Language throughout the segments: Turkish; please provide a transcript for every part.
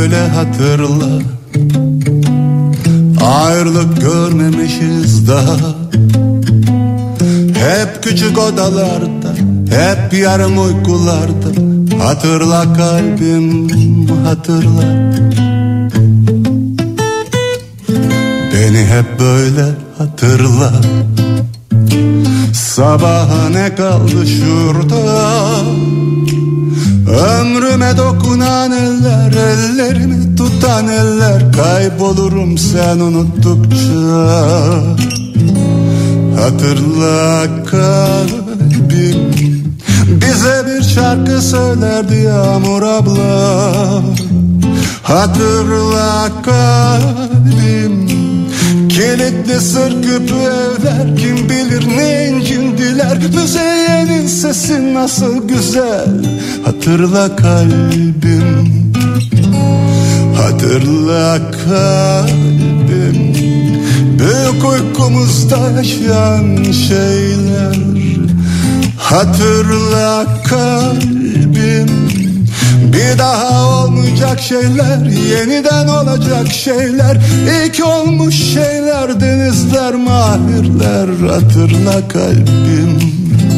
böyle hatırla. Ayrılık görmemişiz daha. Hep küçük odalarda, hep yarım uykularda. Hatırla kalbim, hatırla. Beni hep böyle hatırla. Sabaha ne kaldı şurada? Ömrüme dokunan eller, ellerimi tutan eller. Kaybolurum sen unuttukça. Hatırla kalbim, bize bir şarkı söylerdi Yağmur abla. Hatırla kalbim, kilitli sır küpü evler, kim bilir ne incindiler. Müzeyyenin sesi nasıl güzel. Hatırla kalbim, hatırla kalbim, büyük uykumuzda yaşayan şeyler. Hatırla kalbim, bir daha olmayacak şeyler, yeniden olacak şeyler. İlk olmuş şeyler, denizler, mahirler. Hatırla kalbim.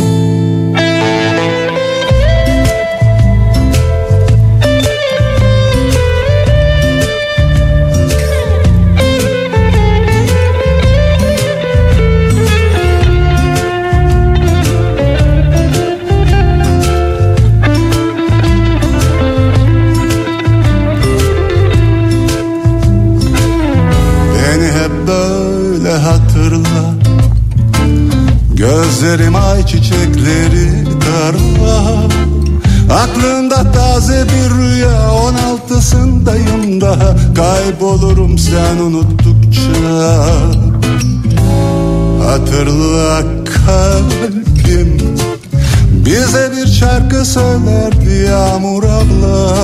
Hatırla, gözlerim ay çiçekleri tarla. Aklında taze bir rüya, 16'sındayım daha. Kaybolurum sen unuttukça. Hatırla kalbim, bize bir şarkı söylerdi Yağmur abla.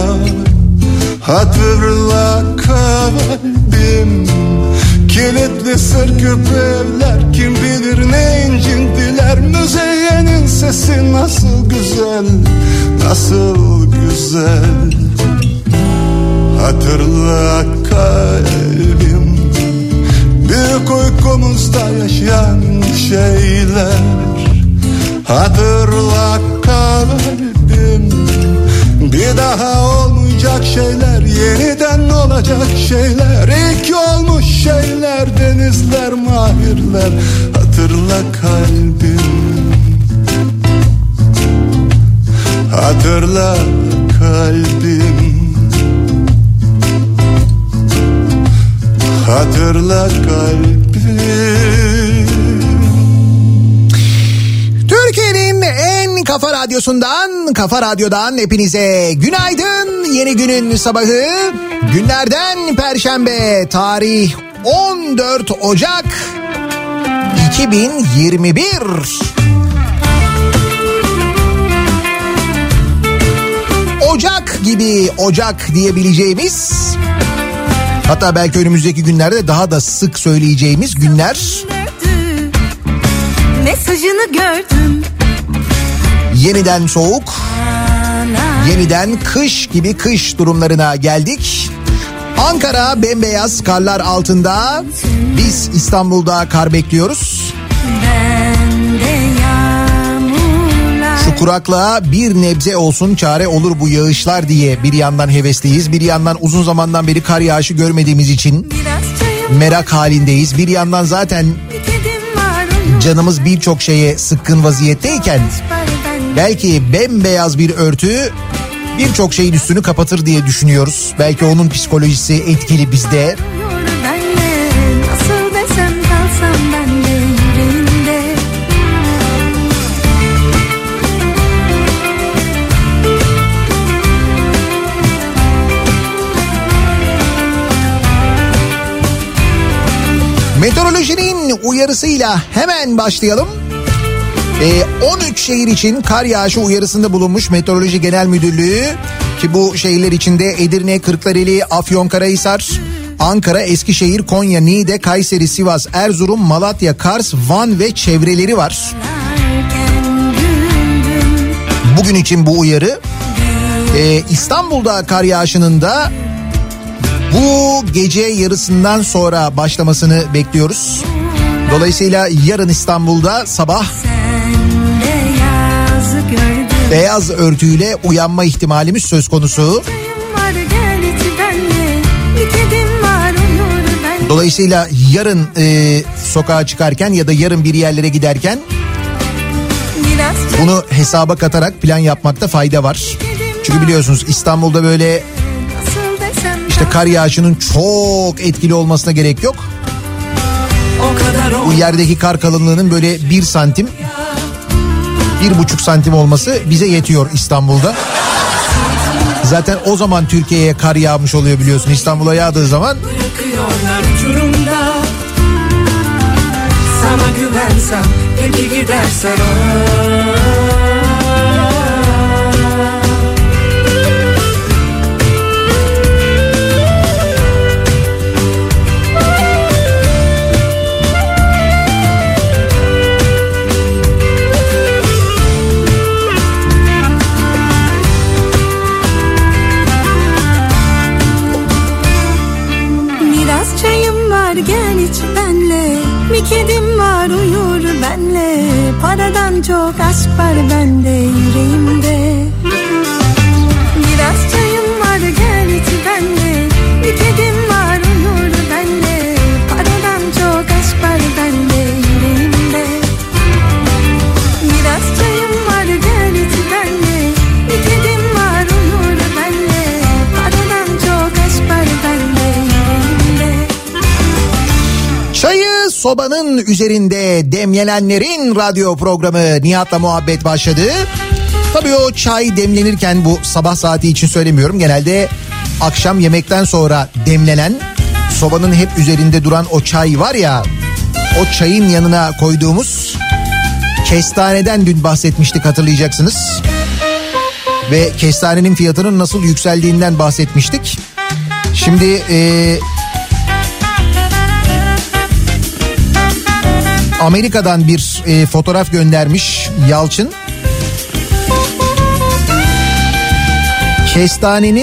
Hatırla kalbim, kilitli sır küpü evler, kim bilir ne incindiler. Müzeyyenin sesi nasıl güzel, nasıl güzel. Hatırla kalbim, büyük uykumuzda yaşayan şeyler. Hatırla kalbim, bir daha olmayacak şeyler, yeniden olacak şeyler. İlk olmuş şeyler, denizler, mahirler. Hatırla kalbim, hatırla kalbim, hatırla kalbim. Türkiye'nin en kafa radyosundan, Kafa Radyo'dan hepinize günaydın. Yeni günün sabahı, günlerden Perşembe, tarih 14 Ocak 2021. Ocak gibi Ocak diyebileceğimiz, hatta belki önümüzdeki günlerde daha da sık söyleyeceğimiz günler. Mesajını gördüm. Yeniden soğuk, yeniden kış gibi kış durumlarına geldik. Ankara bembeyaz karlar altında. Biz İstanbul'da kar bekliyoruz. Şu kuraklığa bir nebze olsun çare olur bu yağışlar diye bir yandan hevesliyiz. Bir yandan uzun zamandan beri kar yağışı görmediğimiz için merak halindeyiz. Bir yandan zaten canımız birçok şeye sıkkın vaziyetteyken belki bembeyaz bir örtü birçok şeyin üstünü kapatır diye düşünüyoruz. Belki onun psikolojisi etkili bizde. Meteorolojinin uyarısıyla hemen başlayalım. 13 şehir için kar yağışı uyarısında bulunmuş Meteoroloji Genel Müdürlüğü, ki bu şehirler içinde Edirne, Kırklareli, Afyonkarahisar, Ankara, Eskişehir, Konya, Niğde, Kayseri, Sivas, Erzurum, Malatya, Kars, Van ve çevreleri var. Bugün için bu uyarı. İstanbul'da kar yağışının da Bu gece yarısından sonra başlamasını bekliyoruz. Dolayısıyla yarın İstanbul'da sabah beyaz örtüyle uyanma ihtimalimiz söz konusu. Dolayısıyla yarın sokağa çıkarken ya da yarın bir yerlere giderken bunu hesaba katarak plan yapmakta fayda var. Çünkü biliyorsunuz İstanbul'da böyle işte kar yağışının çok etkili olmasına gerek yok. Bu yerdeki kar kalınlığının böyle 1 santim, 1,5 santim olması bize yetiyor İstanbul'da. Zaten o zaman Türkiye'ye kar yağmış oluyor biliyorsun. İstanbul'a yağdığı zaman. Sana güvensem peki gidersen Biraz çayım var gel iç benle. Bir kedim var uyur benle. Paradan çok aşk var bende yüreğimde. Biraz çayım var gel iç benle. Bir kedim var uyur benle. Paradan çok aşk var bende yüreğimde. Biraz çayım var gel iç benle. Bir kedim var uyur benle. Paradan çok aşk var bende yüreğimde. Çayı sobanın üzerinde demlenenlerin radyo programı Nihat'la Muhabbet başladı. Tabii o çay demlenirken bu sabah saati için söylemiyorum. Genelde akşam yemekten sonra demlenen, sobanın hep üzerinde duran o çay var ya, o çayın yanına koyduğumuz kestaneden dün bahsetmiştik, hatırlayacaksınız. Ve kestanenin fiyatının nasıl yükseldiğinden bahsetmiştik. Şimdi Amerika'dan bir fotoğraf göndermiş Yalçın. Kestanenin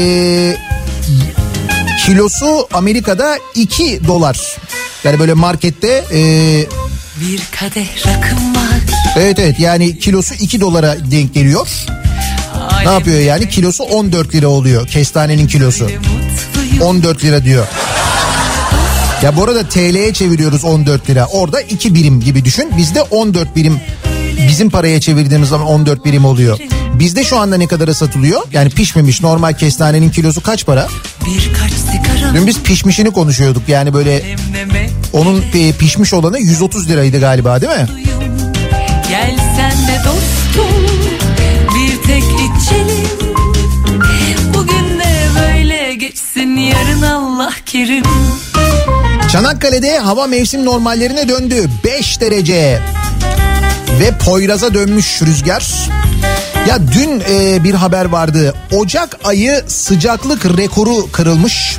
kilosu Amerika'da $2. Yani böyle markette bir kadeh rakım var. Evet yani kilosu $2 denk geliyor. Ne yapıyor yani? Kilosu 14 lira oluyor. Kestanenin kilosu 14 lira diyor. Ya bu arada TL'ye çeviriyoruz 14 lira. Orada 2 birim gibi düşün. Bizde 14 birim, bizim paraya çevirdiğimiz zaman 14 birim oluyor. Bizde şu anda ne kadara satılıyor? Yani pişmemiş normal kestanenin kilosu kaç para? Dün biz pişmişini konuşuyorduk. Yani böyle onun pişmiş olanı 130 liraydı galiba, değil mi? Gel sen de dostum bir tek içelim. Bugün de böyle geçsin, yarın Allah kerim. Çanakkale'de hava mevsim normallerine döndü. 5 derece ve Poyraz'a dönmüş rüzgar. Ya dün bir haber vardı. Ocak ayı sıcaklık rekoru kırılmış.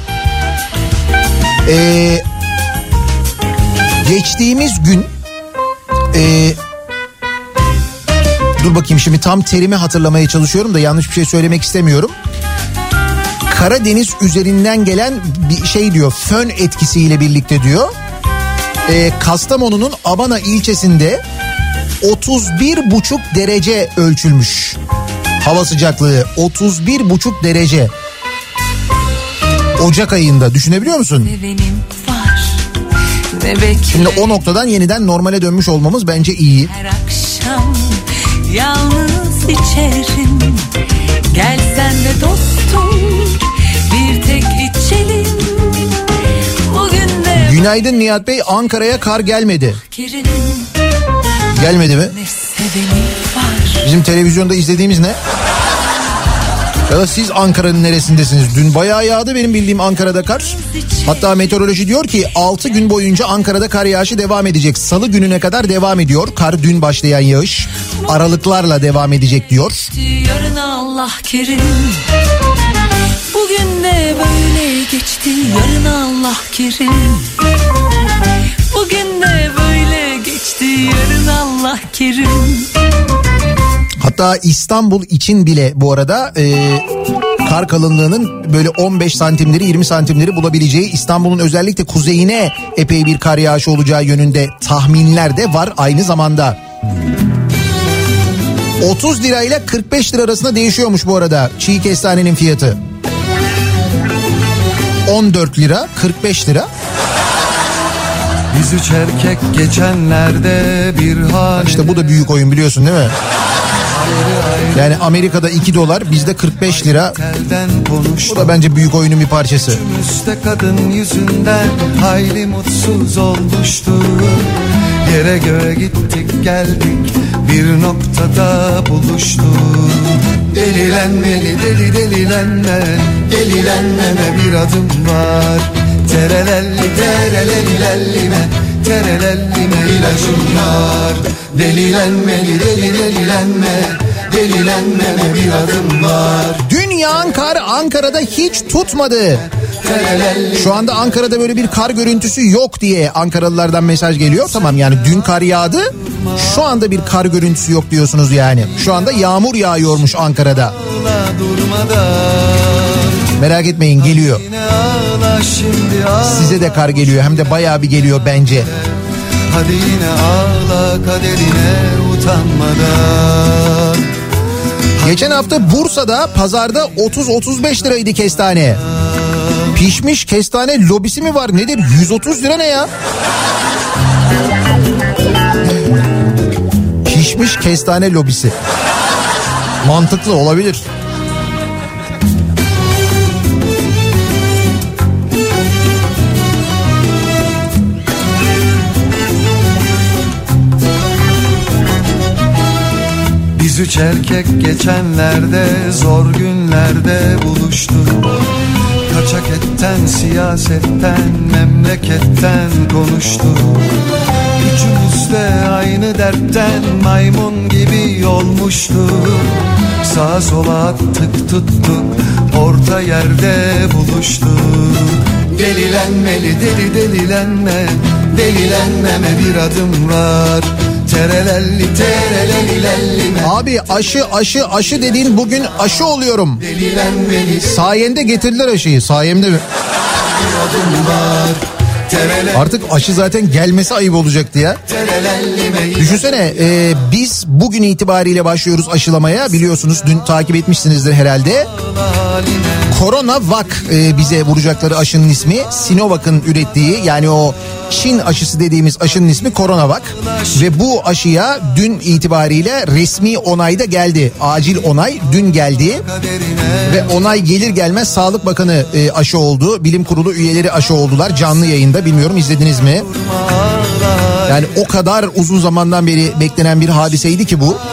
Geçtiğimiz gün dur bakayım, şimdi tam terimi hatırlamaya çalışıyorum da yanlış bir şey söylemek istemiyorum. Karadeniz üzerinden gelen bir şey diyor, fön etkisiyle birlikte diyor. Kastamonu'nun Abana ilçesinde 31,5 derece ölçülmüş. Hava sıcaklığı 31,5 derece. Ocak ayında, düşünebiliyor musun? Şimdi o noktadan yeniden normale dönmüş olmamız bence iyi. Her akşam yalnız içerim. Gel sen de dostum bir tek içelim. Bugün de Günaydın Nihat Bey, Ankara'ya kar gelmedi. Kerim. Gelmedi mi? Bizim televizyonda izlediğimiz ne? Ya da siz Ankara'nın neresindesiniz? Dün bayağı yağdı benim bildiğim Ankara'da kar. Hatta meteoroloji diyor ki 6 gün boyunca Ankara'da kar yağışı devam edecek. Salı gününe kadar devam ediyor. Kar dün başlayan yağış aralıklarla devam edecek diyor. Yarın Allah kerim. Bugün de böyle geçti, yarın Allah kerim. Bugün de böyle geçti, yarın Allah kerim. Hatta İstanbul için bile bu arada kar kalınlığının böyle 15 santimleri 20 santimleri bulabileceği, İstanbul'un özellikle kuzeyine epey bir kar yağışı olacağı yönünde tahminler de var aynı zamanda. 30 lirayla 45 lira arasında değişiyormuş bu arada çiğ kestanenin fiyatı. 14 lira 45 lira. Biz üç erkek geçenlerde bir hane. İşte bu da büyük oyun biliyorsun değil mi? Yani Amerika'da 2 dolar, bizde 45 lira. Bu da bence büyük oyunun bir parçası. Üçümüzde kadın yüzünden hayli mutsuz olmuştuk. Yere göğe gittik geldik, bir noktada buluştuk. Delilenmeli delilenme, delilenmeme bir adım var. Terelelli terelellime, terelellime ilacım var. Delilenmeli delilenme, delilenmeme bir adım var. Dün yağan kar Ankara'da hiç tutmadı. Şu anda Ankara'da böyle bir kar görüntüsü yok diye Ankaralılardan mesaj geliyor. Tamam, yani dün kar yağdı, şu anda bir kar görüntüsü yok diyorsunuz yani. Şu anda yağmur yağıyormuş Ankara'da. Merak etmeyin, geliyor. Size de kar geliyor, hem de bayağı bir geliyor bence. Hadi yine ağla kaderine utanmadan. Geçen hafta Bursa'da pazarda 30-35 liraydı kestane. Pişmiş kestane lobisi mi var nedir? 130 lira ne ya? Pişmiş kestane lobisi. Mantıklı olabilir. Biz üç erkek geçenlerde zor günlerde buluştuk. Kaçak etten, siyasetten, memleketten konuştuk. Üçümüz de aynı dertten maymun gibi olmuştuk. Sağa sola attık tuttuk, orta yerde buluştuk. Delilenmeli delilenme, delilenmeme bir adım var. Terelelli terelellillime. Abi aşı dediğin bugün aşı oluyorum. Sayende getirdiler aşıyı. Sayemde mi? Artık aşı zaten gelmesi ayıp olacaktı ya. Düşünsene, biz bugün itibariyle başlıyoruz aşılamaya. Biliyorsunuz, dün takip etmişsinizdir herhalde. Coronavac bize vuracakları aşının ismi. Sinovac'ın ürettiği, yani o Çin aşısı dediğimiz aşının ismi Coronavac. Ve bu aşıya dün itibariyle resmi onay da geldi. Acil onay dün geldi. Ve onay gelir gelmez Sağlık Bakanı aşı oldu. Bilim Kurulu üyeleri aşı oldular canlı yayında. Bilmiyorum, izlediniz mi? Yani o kadar uzun zamandan beri beklenen bir hadiseydi ki bu.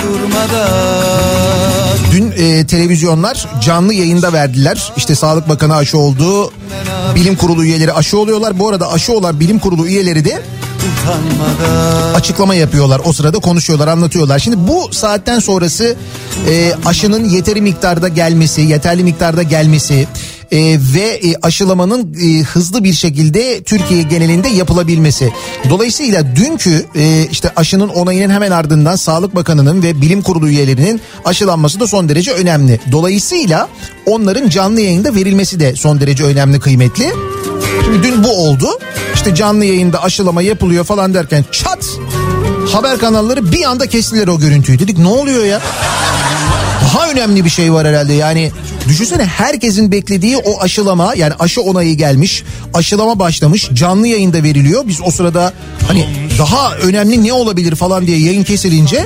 Dün televizyonlar canlı yayında verdiler. İşte Sağlık Bakanı aşı oldu. Bilim Kurulu üyeleri aşı oluyorlar. Bu arada aşı olan Bilim Kurulu üyeleri de açıklama yapıyorlar. O sırada konuşuyorlar, anlatıyorlar. Şimdi bu saatten sonrası aşının yeterli miktarda gelmesi, yeterli miktarda gelmesi ve aşılamanın hızlı bir şekilde Türkiye genelinde yapılabilmesi. Dolayısıyla dünkü işte aşının onayının hemen ardından Sağlık Bakanı'nın ve Bilim Kurulu üyelerinin aşılanması da son derece önemli. Dolayısıyla onların canlı yayında verilmesi de son derece önemli, kıymetli. Şimdi dün bu oldu. İşte canlı yayında aşılama yapılıyor falan derken çat, haber kanalları bir anda kestiler o görüntüyü. Dedik ne oluyor ya? Daha önemli bir şey var herhalde. Yani düşünsene, herkesin beklediği o aşılama, yani aşı onayı gelmiş, aşılama başlamış, canlı yayında veriliyor. Biz o sırada hani daha önemli ne olabilir falan diye yayın kesilince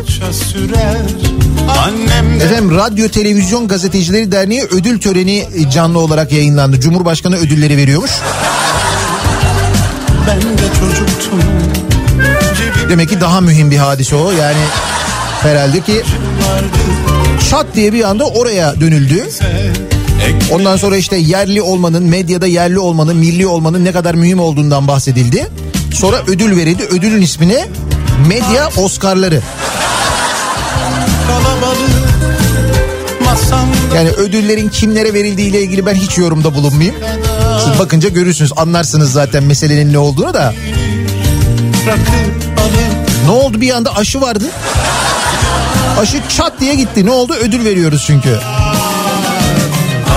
efendim Radyo Televizyon Gazetecileri Derneği ödül töreni canlı olarak yayınlandı. Cumhurbaşkanı ödülleri veriyormuş. Ben de çocuktum. Demek ki daha mühim bir hadise o. Yani herhalde ki şat diye bir anda oraya dönüldü. Ondan sonra işte yerli olmanın, medyada yerli olmanın, milli olmanın ne kadar mühim olduğundan bahsedildi. Sonra ödül verildi. Ödülün ismine Medya Oscar'ları. Yani ödüllerin kimlere verildiğiyle ilgili ben hiç yorumda bulunmayayım. Siz bakınca görürsünüz, anlarsınız zaten meselenin ne olduğunu da. Ne oldu, bir anda aşı vardı. Aşı çat diye gitti. Ne oldu? Ödül veriyoruz çünkü.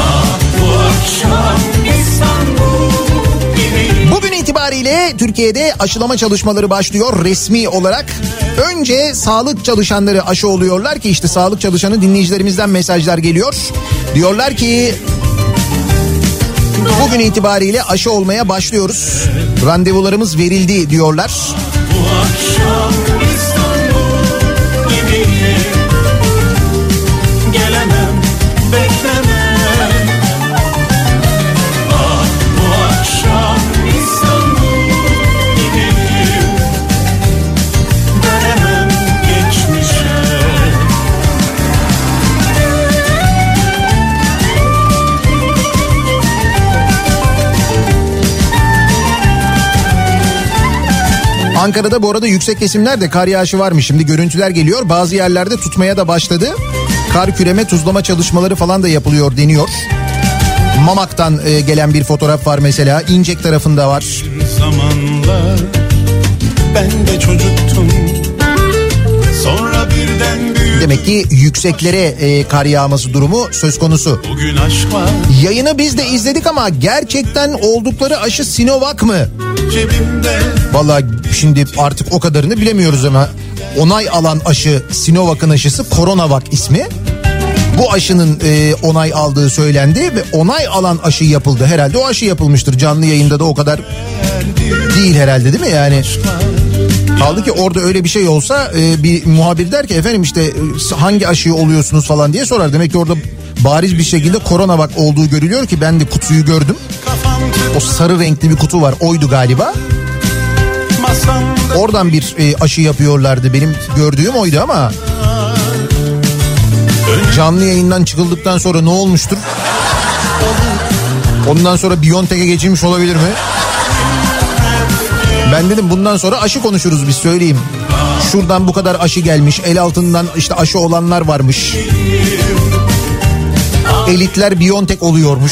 Bugün itibariyle Türkiye'de aşılama çalışmaları başlıyor resmi olarak. Önce sağlık çalışanları aşı oluyorlar ki işte sağlık çalışanı dinleyicilerimizden mesajlar geliyor. Diyorlar ki bugün itibariyle aşı olmaya başlıyoruz. Randevularımız verildi diyorlar. Bu akşam İstanbul gibiyim. Gelemem, beklemem. Ah, bu akşam İstanbul gibiyim. Dönemem geçmişe. Ankara'da bu arada yüksek kesimlerde kar yağışı varmış. Şimdi görüntüler geliyor. Bazı yerlerde tutmaya da başladı. Kar küreme, tuzlama çalışmaları falan da yapılıyor deniyor. Mamak'tan gelen bir fotoğraf var mesela. İncek tarafında var. Zamanlar ben de çocuktum. Sonra birden büyüdüm. Demek ki yükseklere kar yağması durumu söz konusu. Bugün aşk var Yayını biz de izledik ama gerçekten oldukları aşı Sinovac mı? cebimde. Vallahi şimdi artık o kadarını bilemiyoruz ama onay alan aşı Sinovac'ın aşısı Coronavac ismi. Bu aşının onay aldığı söylendi ve onay alan aşı yapıldı. Herhalde o aşı yapılmıştır. Canlı yayında da o kadar değil herhalde, değil mi yani? Kaldı ki orada öyle bir şey olsa bir muhabir der ki efendim işte hangi aşıyı oluyorsunuz falan diye sorar. Demek ki orada bariz bir şekilde Coronavac olduğu görülüyor ki ben de kutuyu gördüm. O sarı renkli bir kutu var, oydu galiba. Oradan bir aşı yapıyorlardı, benim gördüğüm oydu ama canlı yayından çıkıldıktan sonra ne olmuştur? Ondan sonra BioNTech'e geçilmiş olabilir mi? Ben dedim bundan sonra aşı konuşuruz biz, söyleyeyim. Şuradan bu kadar aşı gelmiş, el altından işte aşı olanlar varmış. Elitler BioNTech oluyormuş.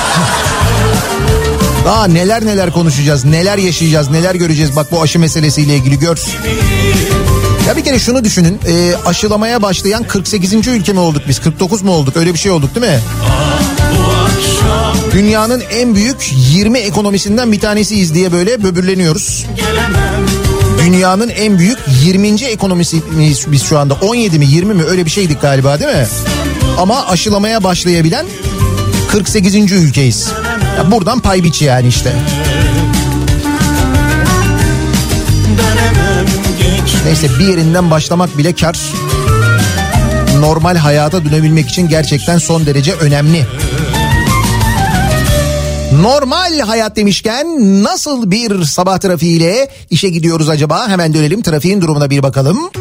Daha neler neler konuşacağız, neler yaşayacağız, neler göreceğiz bak bu aşı meselesiyle ilgili, gör. Ya bir kere şunu düşünün, aşılamaya başlayan 48. ülke mi olduk biz, 49 mu olduk, öyle bir şey olduk değil mi? Dünyanın en büyük 20 ekonomisinden bir tanesiyiz diye böyle böbürleniyoruz. Dünyanın en büyük 20. ekonomisi biz şu anda, 17 mi 20 mi öyle bir şeydik galiba değil mi? Ama aşılamaya başlayabilen 48. ülkeyiz. Ya buradan pay biç yani işte. Neyse, bir yerinden başlamak bile kar. Normal hayata dönebilmek için gerçekten son derece önemli. Normal hayat demişken nasıl bir sabah trafiğiyle işe gidiyoruz acaba? Hemen dönelim, trafiğin durumuna bir bakalım.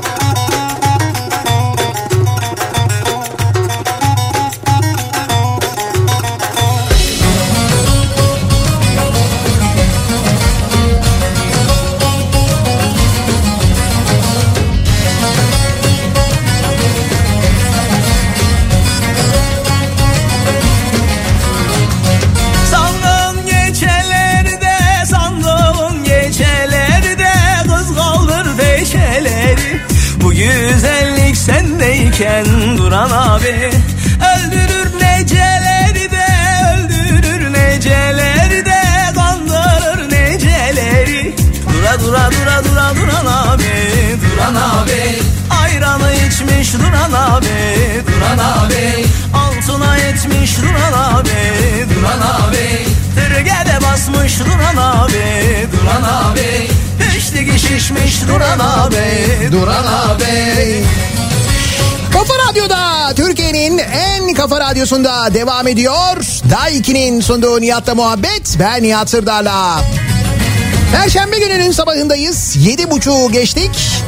Sendeyken duran abi öldürür neceleri de, öldürür neceleri de, kandırır neceleri. Duran abi, duran abi, ayranı içmiş duran abi, duran abi, altına etmiş duran abi, duran abi, tırgede basmış duran abi, duran abi, pişti şişmiş duran abi, duran abi. Kafa Radyo'da, Türkiye'nin en kafa radyosunda devam ediyor. Daiki'nin sunduğu Nihat'la muhabbet. Ben Nihat Sırdar'la. Perşembe gününün sabahındayız. 7.30 geçtik.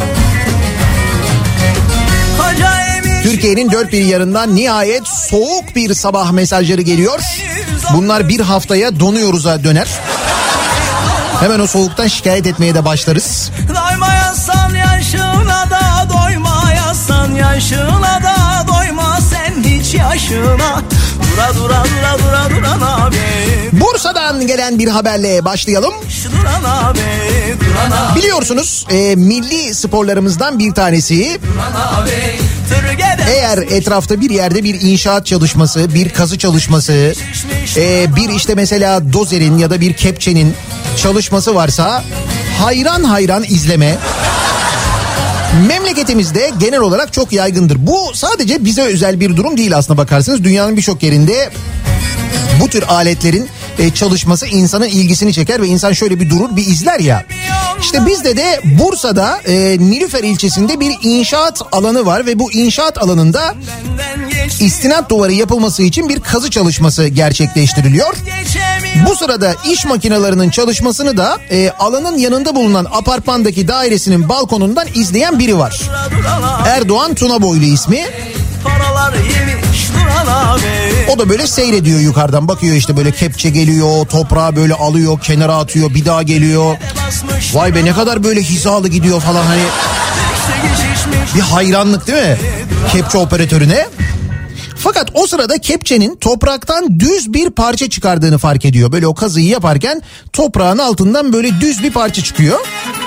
Türkiye'nin dört bir yanından nihayet soğuk bir sabah mesajları geliyor. Bunlar bir haftaya donuyoruz'a döner. Hemen o soğuktan şikayet etmeye de başlarız. Doymayasan yaşına da, doymayasan yaşına da, doyma sen hiç yaşına. Duran abi. Bursa'dan gelen bir haberle başlayalım. Duran abi, duran abi. Biliyorsunuz milli sporlarımızdan bir tanesi. Duran abi, Eğer etrafta bir yerde bir inşaat çalışması, bir kazı çalışması, bir işte mesela dozerin ya da bir kepçenin çalışması varsa hayran hayran izleme memleketimizde genel olarak çok yaygındır. Bu sadece bize özel bir durum değil aslına bakarsanız. Dünyanın birçok yerinde bu tür aletlerin çalışması insanın ilgisini çeker ve insan şöyle bir durur, bir izler ya. İşte bizde de Bursa'da Nilüfer ilçesinde bir inşaat alanı var ve bu inşaat alanında istinat duvarı yapılması için bir kazı çalışması gerçekleştiriliyor. Bu sırada iş makinelerinin çalışmasını da alanın yanında bulunan apartmandaki dairesinin balkonundan izleyen biri var. Erdoğan Tunaboylu ismi. O da böyle seyrediyor yukarıdan, bakıyor işte böyle kepçe geliyor, toprağı böyle alıyor, kenara atıyor, bir daha geliyor. Vay be ne kadar böyle hizalı gidiyor falan, hani bir hayranlık değil mi kepçe operatörüne? Fakat o sırada kepçenin topraktan düz bir parça çıkardığını fark ediyor. Böyle o kazıyı yaparken toprağın altından böyle düz bir parça çıkıyor.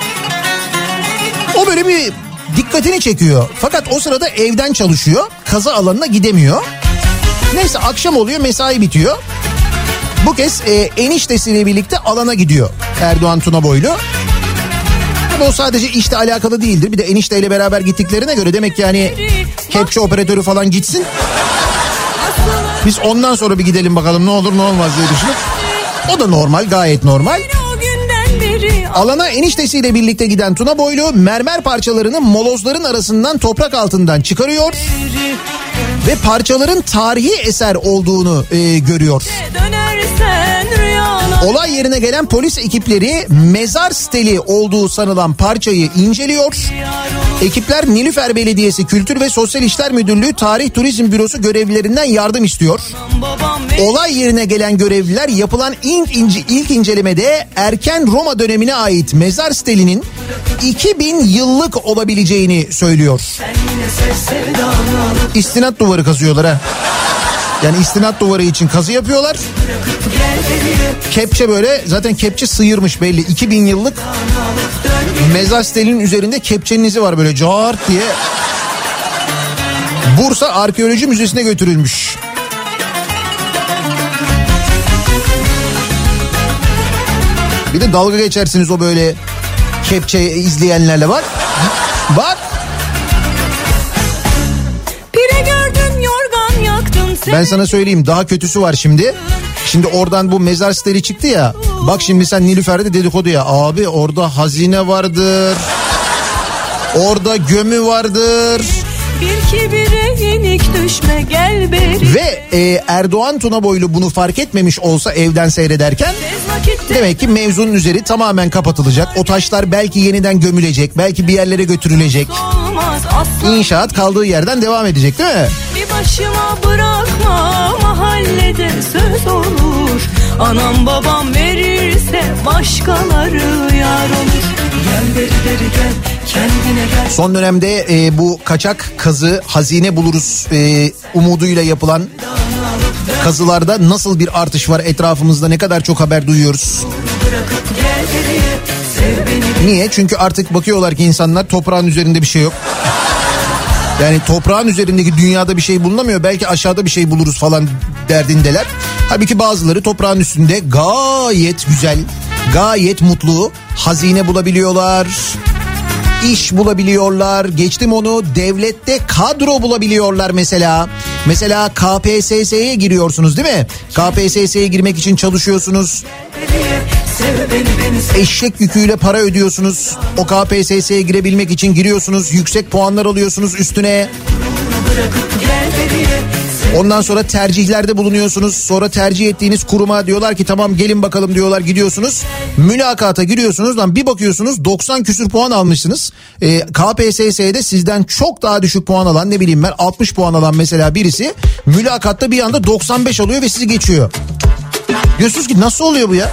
O böyle bir dikkatini çekiyor. Fakat o sırada evden çalışıyor. Kazı alanına gidemiyor. Neyse akşam oluyor, mesai bitiyor. Bu kez eniştesiyle birlikte alana gidiyor Erdoğan Tunaboylu. Tabii o sadece işle alakalı değildir. Bir de enişteyle beraber gittiklerine göre demek ki yani kepçe operatörü falan gitsin. Biz ondan sonra bir gidelim bakalım ne olur ne olmaz diye düşünüp. O da normal, gayet normal. Alana eniştesiyle birlikte giden Tunaboylu mermer parçalarını molozların arasından toprak altından çıkarıyor. Ve parçaların tarihi eser olduğunu görüyor. Olay yerine gelen polis ekipleri mezar steli olduğu sanılan parçayı inceliyor. Ekipler Nilüfer Belediyesi Kültür ve Sosyal İşler Müdürlüğü Tarih Turizm Bürosu görevlilerinden yardım istiyor. Olay yerine gelen görevliler yapılan ilk incelemede erken Roma dönemine ait mezar stelinin 2000 yıllık olabileceğini söylüyor. İstinat duvarı kazıyorlar ha. Yani istinat duvarı için kazı yapıyorlar. Kepçe böyle, zaten kepçe sıyırmış belli. 2000 yıllık mezar stelinin üzerinde kepçenin izi var böyle cart diye. Bursa Arkeoloji Müzesi'ne götürülmüş. Bir de dalga geçersiniz o böyle kepçe izleyenlerle, bak. Bak. Ben sana söyleyeyim, daha kötüsü var şimdi. Şimdi oradan bu mezar siteli çıktı ya. Bak şimdi sen Nilüfer'de dedikodu ya. Abi orada hazine vardır. Orada gömü vardır. Bir kibire yenik düşme gel beri. Ve Erdoğan Tunaboylu bunu fark etmemiş olsa evden seyrederken demek ki mevzunun üzeri tamamen kapatılacak. O taşlar belki yeniden gömülecek, belki bir yerlere götürülecek. İnşaat kaldığı yerden devam edecek değil mi? Bir başıma bırakma, mahallede söz olur. Anam babam verirse başkaları yar olur. Gel beri beri gel, kendine gel. Son dönemde bu kaçak kazı, hazine buluruz umuduyla yapılan kazılarda nasıl bir artış var etrafımızda, ne kadar çok haber duyuyoruz. Niye? Çünkü artık bakıyorlar ki insanlar toprağın üzerinde bir şey yok. Yani toprağın üzerindeki dünyada bir şey bulunamıyor. Belki aşağıda bir şey buluruz falan derdindeler. Halbuki bazıları toprağın üstünde gayet güzel, gayet mutlu hazine bulabiliyorlar. İş bulabiliyorlar. Geçtim onu, devlette kadro bulabiliyorlar mesela. Mesela KPSS'ye giriyorsunuz değil mi? KPSS'ye girmek için çalışıyorsunuz. Eşek yüküyle para ödüyorsunuz. O KPSS'ye girebilmek için giriyorsunuz. Yüksek puanlar alıyorsunuz üstüne. Ondan sonra tercihlerde bulunuyorsunuz. Sonra tercih ettiğiniz kuruma diyorlar ki tamam gelin bakalım diyorlar, gidiyorsunuz. Mülakata giriyorsunuz, lan bir bakıyorsunuz 90 küsür puan almışsınız. KPSS'de sizden çok daha düşük puan alan, ne bileyim ben 60 puan alan mesela birisi mülakatta bir anda 95 alıyor ve sizi geçiyor. Diyorsunuz ki nasıl oluyor bu ya?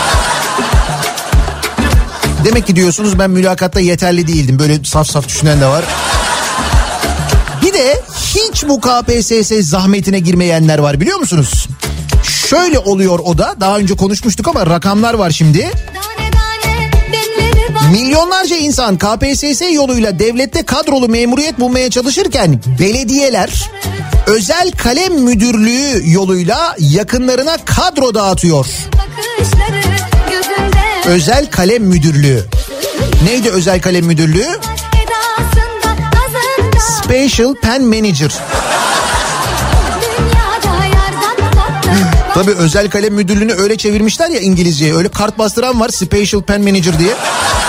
Demek ki diyorsunuz ben mülakatta yeterli değildim. Böyle saf saf düşünen de var. Bir de hiç bu KPSS zahmetine girmeyenler var, biliyor musunuz? Şöyle oluyor o da, daha önce konuşmuştuk ama rakamlar var şimdi. Milyonlarca insan KPSS yoluyla devlette kadrolu memuriyet bulmaya çalışırken belediyeler özel kalem müdürlüğü yoluyla yakınlarına kadro dağıtıyor. Özel kalem müdürlüğü. Neydi özel kalem müdürlüğü? Special Pen Manager. Tabii özel kalem müdürlüğünü öyle çevirmişler ya İngilizceye. Öyle kart bastıran var, Special Pen Manager diye.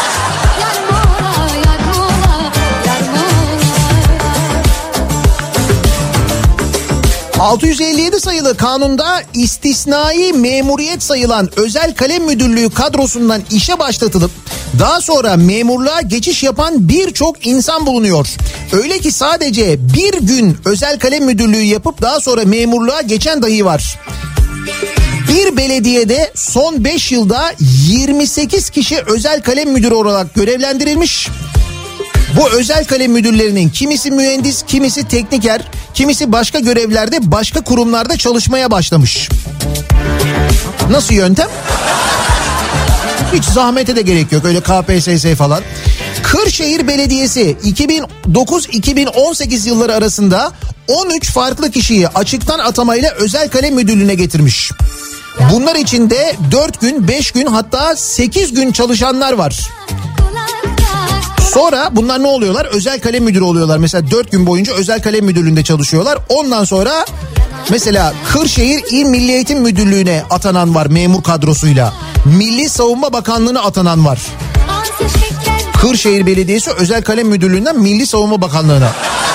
...657 sayılı kanunda istisnai memuriyet sayılan özel kalem müdürlüğü kadrosundan işe başlatılıp... ...daha sonra memurluğa geçiş yapan birçok insan bulunuyor. Öyle ki sadece bir gün özel kalem müdürlüğü yapıp daha sonra memurluğa geçen dahi var. Bir belediyede son 5 yılda 28 kişi özel kalem müdürü olarak görevlendirilmiş. Bu özel kalem müdürlerinin kimisi mühendis, kimisi tekniker, kimisi başka görevlerde, başka kurumlarda çalışmaya başlamış. Nasıl yöntem? Hiç zahmete de gerek yok, öyle KPSS falan. Kırşehir Belediyesi 2009-2018 yılları arasında 13 farklı kişiyi açıktan atamayla özel kalem müdürlüğüne getirmiş. Bunlar içinde 4 gün, 5 gün, hatta 8 gün çalışanlar var. Sonra bunlar ne oluyorlar? Özel kalem müdürü oluyorlar. Mesela 4 gün boyunca özel kalem müdürlüğünde çalışıyorlar. Ondan sonra mesela Kırşehir İl Milli Eğitim Müdürlüğü'ne atanan var memur kadrosuyla. Milli Savunma Bakanlığı'na atanan var. Kırşehir Belediyesi Özel Kalem Müdürlüğü'nden Milli Savunma Bakanlığı'na.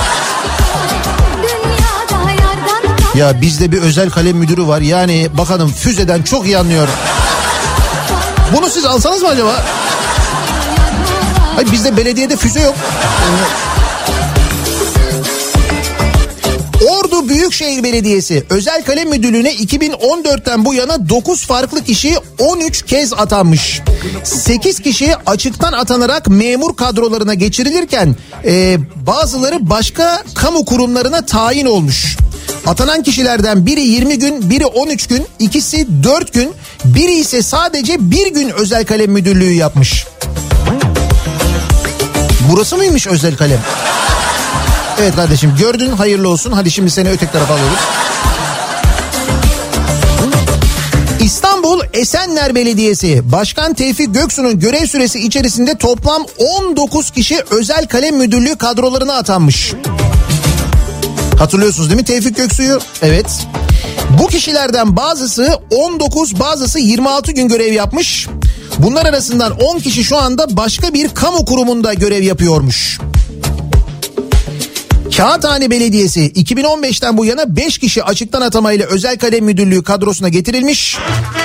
Ya bizde bir özel kalem müdürü var. Yani bakanım füzeden çok iyi anlıyor. Bunu siz alsanız mı acaba? Hayır, bizde belediyede füze yok. Ordu Büyükşehir Belediyesi Özel Kalem Müdürlüğü'ne 2014'ten bu yana 9 farklı kişi 13 kez atanmış. 8 kişi açıktan atanarak memur kadrolarına geçirilirken bazıları başka kamu kurumlarına tayin olmuş. Atanan kişilerden biri 20 gün, biri 13 gün, ikisi 4 gün, biri ise sadece 1 gün özel kalem müdürlüğü yapmış. Burası mıymış özel kalem? Evet kardeşim, gördün, hayırlı olsun. Hadi şimdi seni öteki tarafa alıyoruz. İstanbul Esenler Belediyesi Başkan Tevfik Göksu'nun görev süresi içerisinde toplam 19 kişi özel kalem müdürlüğü kadrolarına atanmış. Hatırlıyorsunuz değil mi Tevfik Göksu'yu? Evet. Bu kişilerden bazısı 19, bazısı 26 gün görev yapmış. Bunlar arasından 10 kişi şu anda başka bir kamu kurumunda görev yapıyormuş. Kağıthane Belediyesi 2015'ten bu yana 5 kişi açıktan atamayla özel kalem müdürlüğü kadrosuna getirilmiş.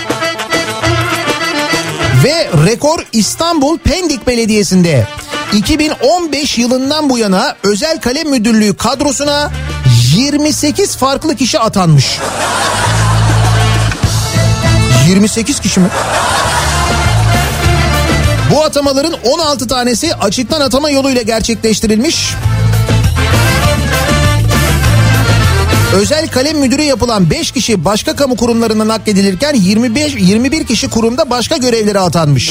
Ve rekor İstanbul Pendik Belediyesi'nde 2015 yılından bu yana özel kalem müdürlüğü kadrosuna 28 farklı kişi atanmış. 28 kişi mi? Bu atamaların 16 tanesi açıktan atama yoluyla gerçekleştirilmiş. Özel kalem müdürü yapılan 5 kişi başka kamu kurumlarına nakledilirken 21 kişi kurumda başka görevlere atanmış.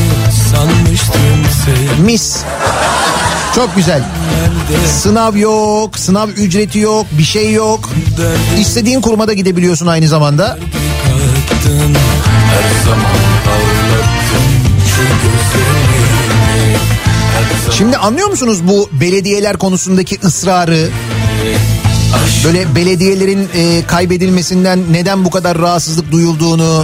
Mis. Çok güzel. Sınav yok, sınav ücreti yok, bir şey yok. İstediğin kuruma da gidebiliyorsun aynı zamanda. Şimdi anlıyor musunuz bu belediyeler konusundaki ısrarı? Böyle belediyelerin kaybedilmesinden neden bu kadar rahatsızlık duyulduğunu,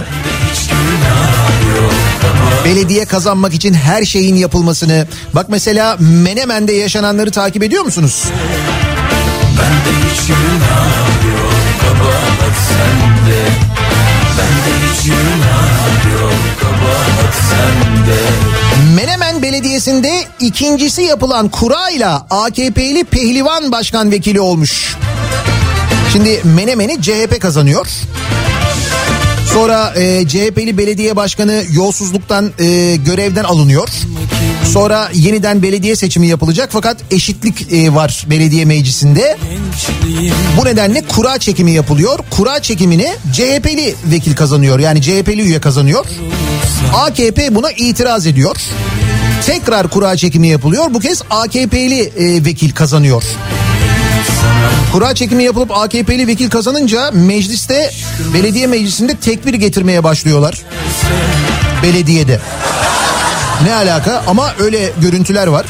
belediye kazanmak için her şeyin yapılmasını. Bak mesela Menemen'de yaşananları takip ediyor musunuz? Bende hiç günah yok, kabahat sende. Bende hiç günah yok, kabahat sende. Menemen Belediyesi'nde ikincisi yapılan kurayla AKP'li Pehlivan başkan vekili olmuş. Şimdi Menemen'i CHP kazanıyor. Sonra CHP'li belediye başkanı yolsuzluktan görevden alınıyor. Sonra yeniden belediye seçimi yapılacak fakat eşitlik var belediye meclisinde. Bu nedenle kura çekimi yapılıyor. Kura çekimini CHP'li vekil kazanıyor, yani CHP'li üye kazanıyor. AKP buna itiraz ediyor. Tekrar kura çekimi yapılıyor. Bu kez AKP'li vekil kazanıyor. Kura çekimi yapılıp AKP'li vekil kazanınca mecliste, belediye meclisinde tekbir getirmeye başlıyorlar. Belediyede. Ne alaka? Ama öyle görüntüler var.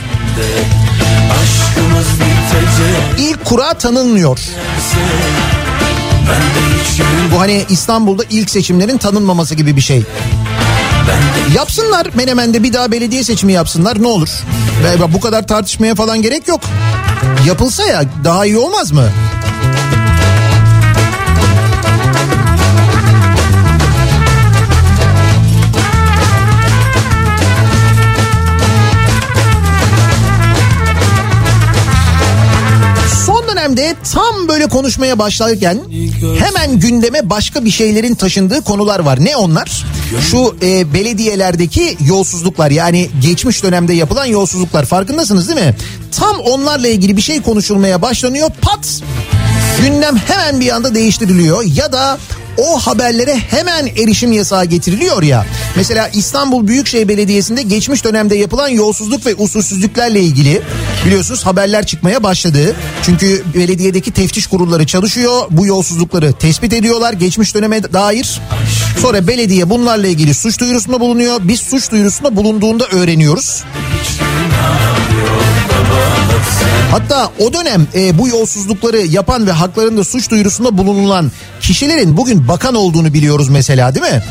İlk kura tanınmıyor. Bu hani İstanbul'da ilk seçimlerin tanınmaması gibi bir şey. Yapsınlar, Menemen'de bir daha belediye seçimi yapsınlar, ne olur. Ve bu kadar tartışmaya falan gerek yok. Yapılsa ya daha iyi olmaz mı? Tam böyle konuşmaya başlarken hemen gündeme başka bir şeylerin taşındığı konular var. Ne onlar? Şu belediyelerdeki yolsuzluklar, yani geçmiş dönemde yapılan yolsuzluklar, farkındasınız değil mi? Tam onlarla ilgili bir şey konuşulmaya başlanıyor, pat gündem hemen bir anda değiştiriliyor ya da o haberlere hemen erişim yasağı getiriliyor ya. Mesela İstanbul Büyükşehir Belediyesi'nde geçmiş dönemde yapılan yolsuzluk ve usulsüzlüklerle ilgili biliyorsunuz haberler çıkmaya başladı. Çünkü belediyedeki teftiş kurulları çalışıyor. Bu yolsuzlukları tespit ediyorlar geçmiş döneme dair. Sonra belediye bunlarla ilgili suç duyurusunda bulunuyor. Biz suç duyurusunda bulunduğunda öğreniyoruz. Hatta o dönem bu yolsuzlukları yapan ve haklarında suç duyurusunda bulunulan kişilerin bugün bakan olduğunu biliyoruz mesela, değil mi?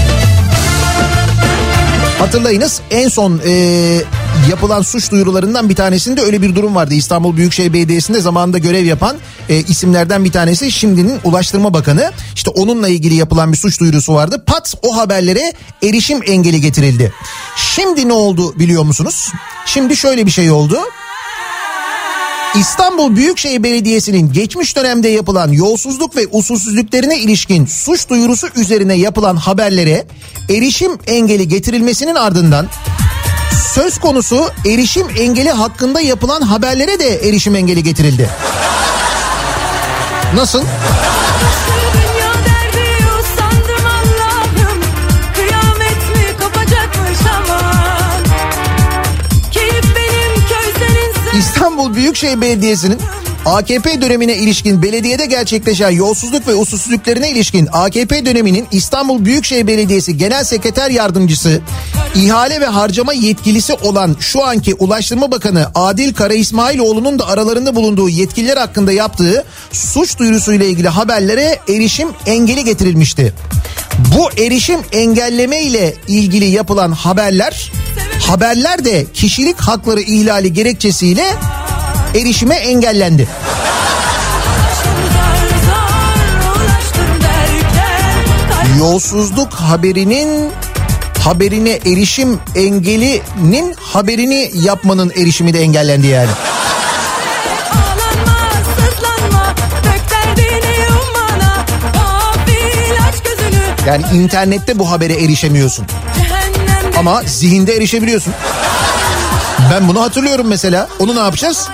Hatırlayınız, en son yapılan suç duyurularından bir tanesinde öyle bir durum vardı. İstanbul Büyükşehir Belediyesi'nde zamanında görev yapan isimlerden bir tanesi şimdinin Ulaştırma Bakanı. İşte onunla ilgili yapılan bir suç duyurusu vardı. Pat o haberlere erişim engeli getirildi. Şimdi ne oldu biliyor musunuz? Şimdi şöyle bir şey oldu. İstanbul Büyükşehir Belediyesi'nin geçmiş dönemde yapılan yolsuzluk ve usulsüzlüklerine ilişkin suç duyurusu üzerine yapılan haberlere erişim engeli getirilmesinin ardından söz konusu erişim engeli hakkında yapılan haberlere de erişim engeli getirildi. Nasıl? İstanbul Büyükşehir Belediyesi'nin AKP dönemine ilişkin belediyede gerçekleşen yolsuzluk ve usulsüzlüklerine ilişkin AKP döneminin İstanbul Büyükşehir Belediyesi Genel Sekreter Yardımcısı, ihale ve harcama yetkilisi olan şu anki Ulaştırma Bakanı Adil Karaismailoğlu'nun da aralarında bulunduğu yetkililer hakkında yaptığı suç duyurusuyla ilgili haberlere erişim engeli getirilmişti. Bu erişim engelleme ile ilgili yapılan haberler de kişilik hakları ihlali gerekçesiyle erişime engellendi. Yolsuzluk haberine erişim engelinin haberini yapmanın erişimi de engellendi yani. Yani internette bu habere erişemiyorsun. Ama zihinde erişebiliyorsun. Ben bunu hatırlıyorum mesela. Onu ne yapacağız?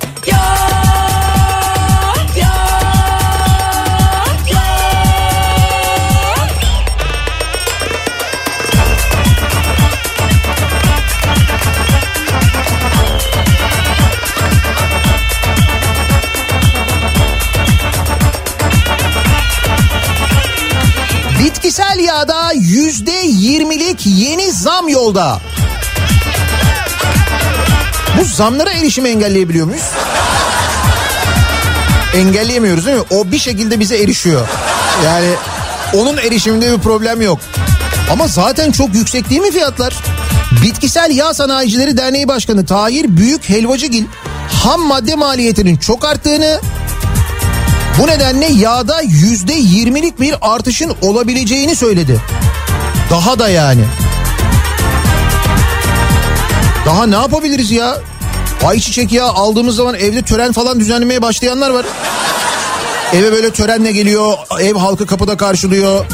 Bitkisel yağda %20'lik yeni zam yolda. Bu zamlara erişimi engelleyebiliyor muyuz? Engelleyemiyoruz değil mi? O bir şekilde bize erişiyor. Yani onun erişiminde bir problem yok. Ama zaten çok yüksek değil mi fiyatlar? Bitkisel Yağ Sanayicileri Derneği Başkanı Tahir Büyük Helvacıgil ham madde maliyetinin çok arttığını, bu nedenle yağda %20'lik bir artışın olabileceğini söyledi. Daha da yani. Daha ne yapabiliriz ya? Ayçiçek yağı aldığımız zaman evde tören falan düzenlemeye başlayanlar var. Eve böyle törenle geliyor, ev halkı kapıda karşılıyor.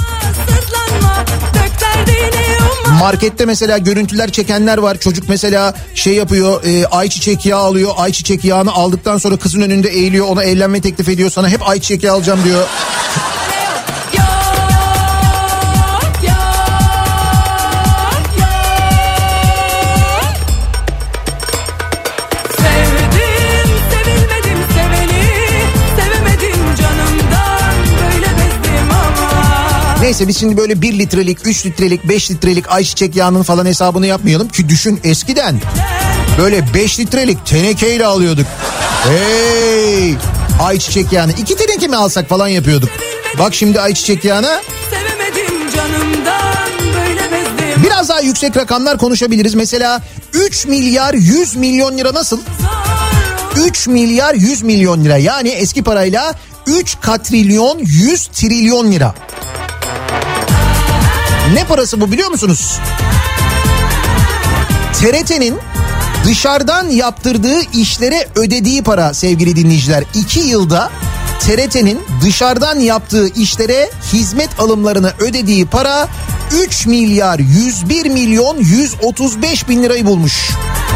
Markette mesela görüntüler çekenler var. Çocuk mesela şey yapıyor, ayçiçek yağı alıyor. Ayçiçek yağını aldıktan sonra kızın önünde eğiliyor, ona evlenme teklif ediyor. Sana hep ayçiçek yağı alacağım diyor. Neyse biz şimdi böyle 1 litrelik, 3 litrelik, 5 litrelik ayçiçek yağının falan hesabını yapmayalım. Ki düşün, eskiden böyle 5 litrelik tenekeyle alıyorduk. Hey! Ayçiçek yağını 2 teneke mi alsak falan yapıyorduk. Bak şimdi ayçiçek yağına biraz daha yüksek rakamlar konuşabiliriz. Mesela 3 milyar 100 milyon lira nasıl? 3 milyar 100 milyon lira, yani eski parayla 3 katrilyon 100 trilyon lira. Ne parası bu biliyor musunuz? TRT'nin dışarıdan yaptırdığı işlere ödediği para sevgili dinleyiciler. 2 yılda TRT'nin dışarıdan yaptığı işlere hizmet alımlarına ödediği para 3 milyar 101 milyon 135 bin lirayı bulmuş.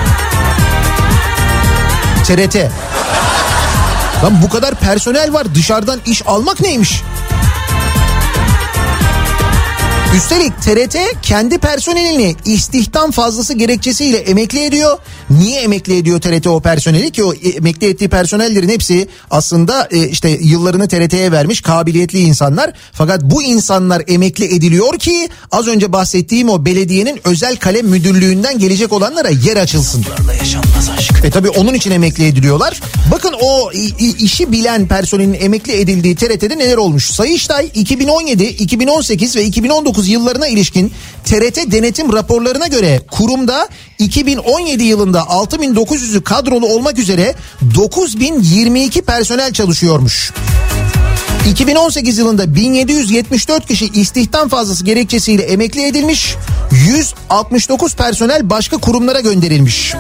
TRT. Lan bu kadar personel var, dışarıdan iş almak neymiş? Üstelik TRT kendi personelini istihdam fazlası gerekçesiyle emekli ediyor. Niye emekli ediyor TRT o personeli? Ki o emekli ettiği personellerin hepsi aslında işte yıllarını TRT'ye vermiş kabiliyetli insanlar. Fakat bu insanlar emekli ediliyor ki az önce bahsettiğim o belediyenin özel kalem müdürlüğünden gelecek olanlara yer açılsın. Tabii onun için emekli ediliyorlar. Bakın o işi bilen personelin emekli edildiği TRT'de neler olmuş? Sayıştay 2017, 2018 ve 2019 yıllarına ilişkin TRT denetim raporlarına göre kurumda 2017 yılında 6.900'ü kadrolu olmak üzere 9.022 personel çalışıyormuş. 2018 yılında 1774 kişi istihdam fazlası gerekçesiyle emekli edilmiş, 169 personel başka kurumlara gönderilmiş.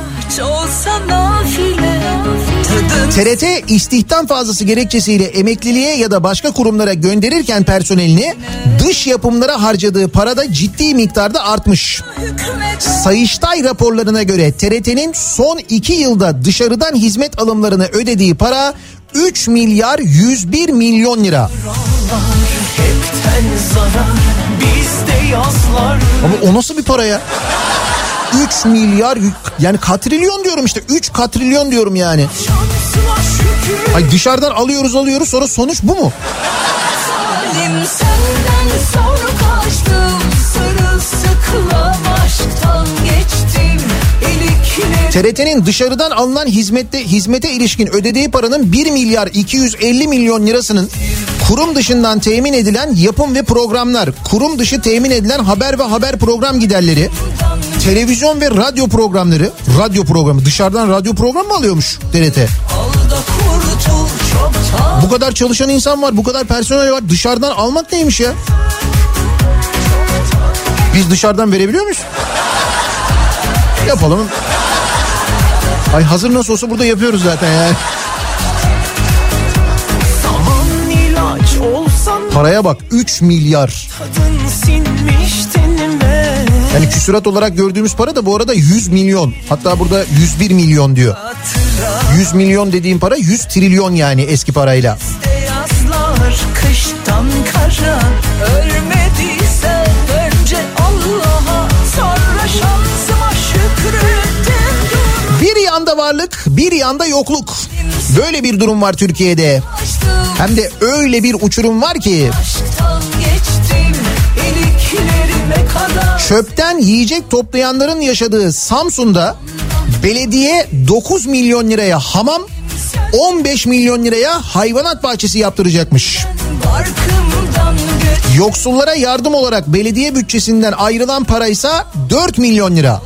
TRT istihdam fazlası gerekçesiyle emekliliğe ya da başka kurumlara gönderirken personelini dış yapımlara harcadığı parada ciddi miktarda artmış. Sayıştay raporlarına göre TRT'nin son 2 yılda dışarıdan hizmet alımlarına ödediği para 3 milyar 101 milyon lira. Ama o nasıl bir para ya? 3 milyar, yani katrilyon diyorum işte, 3 katrilyon diyorum yani. Ay dışarıdan alıyoruz sonra sonuç bu mu? TRT'nin dışarıdan alınan hizmete ilişkin ödediği paranın 1 milyar 250 milyon lirasının kurum dışından temin edilen yapım ve programlar, kurum dışı temin edilen haber ve haber program giderleri, televizyon ve radyo programı, dışarıdan radyo programı mı alıyormuş TRT? Bu kadar çalışan insan var, bu kadar personel var, dışarıdan almak neymiş ya? Biz dışarıdan verebiliyor muyuz? Yapalım. Ay hazır nasıl olsa burada yapıyoruz zaten yani. Paraya bak, 3 milyar. Yani küsurat olarak gördüğümüz para da bu arada 100 milyon. Hatta burada 101 milyon diyor. 100 milyon dediğim para 100 trilyon yani eski parayla. Kıştan kara ölmediyse önce Allah'a, sonra şansıma şükrettim. Bir yanda varlık, bir yanda yokluk. Böyle bir durum var Türkiye'de. Hem de öyle bir uçurum var ki. Çöpten yiyecek toplayanların yaşadığı Samsun'da belediye 9 milyon liraya hamam, 15 milyon liraya hayvanat bahçesi yaptıracakmış. Yoksullara yardım olarak belediye bütçesinden ayrılan paraysa 4 milyon lira.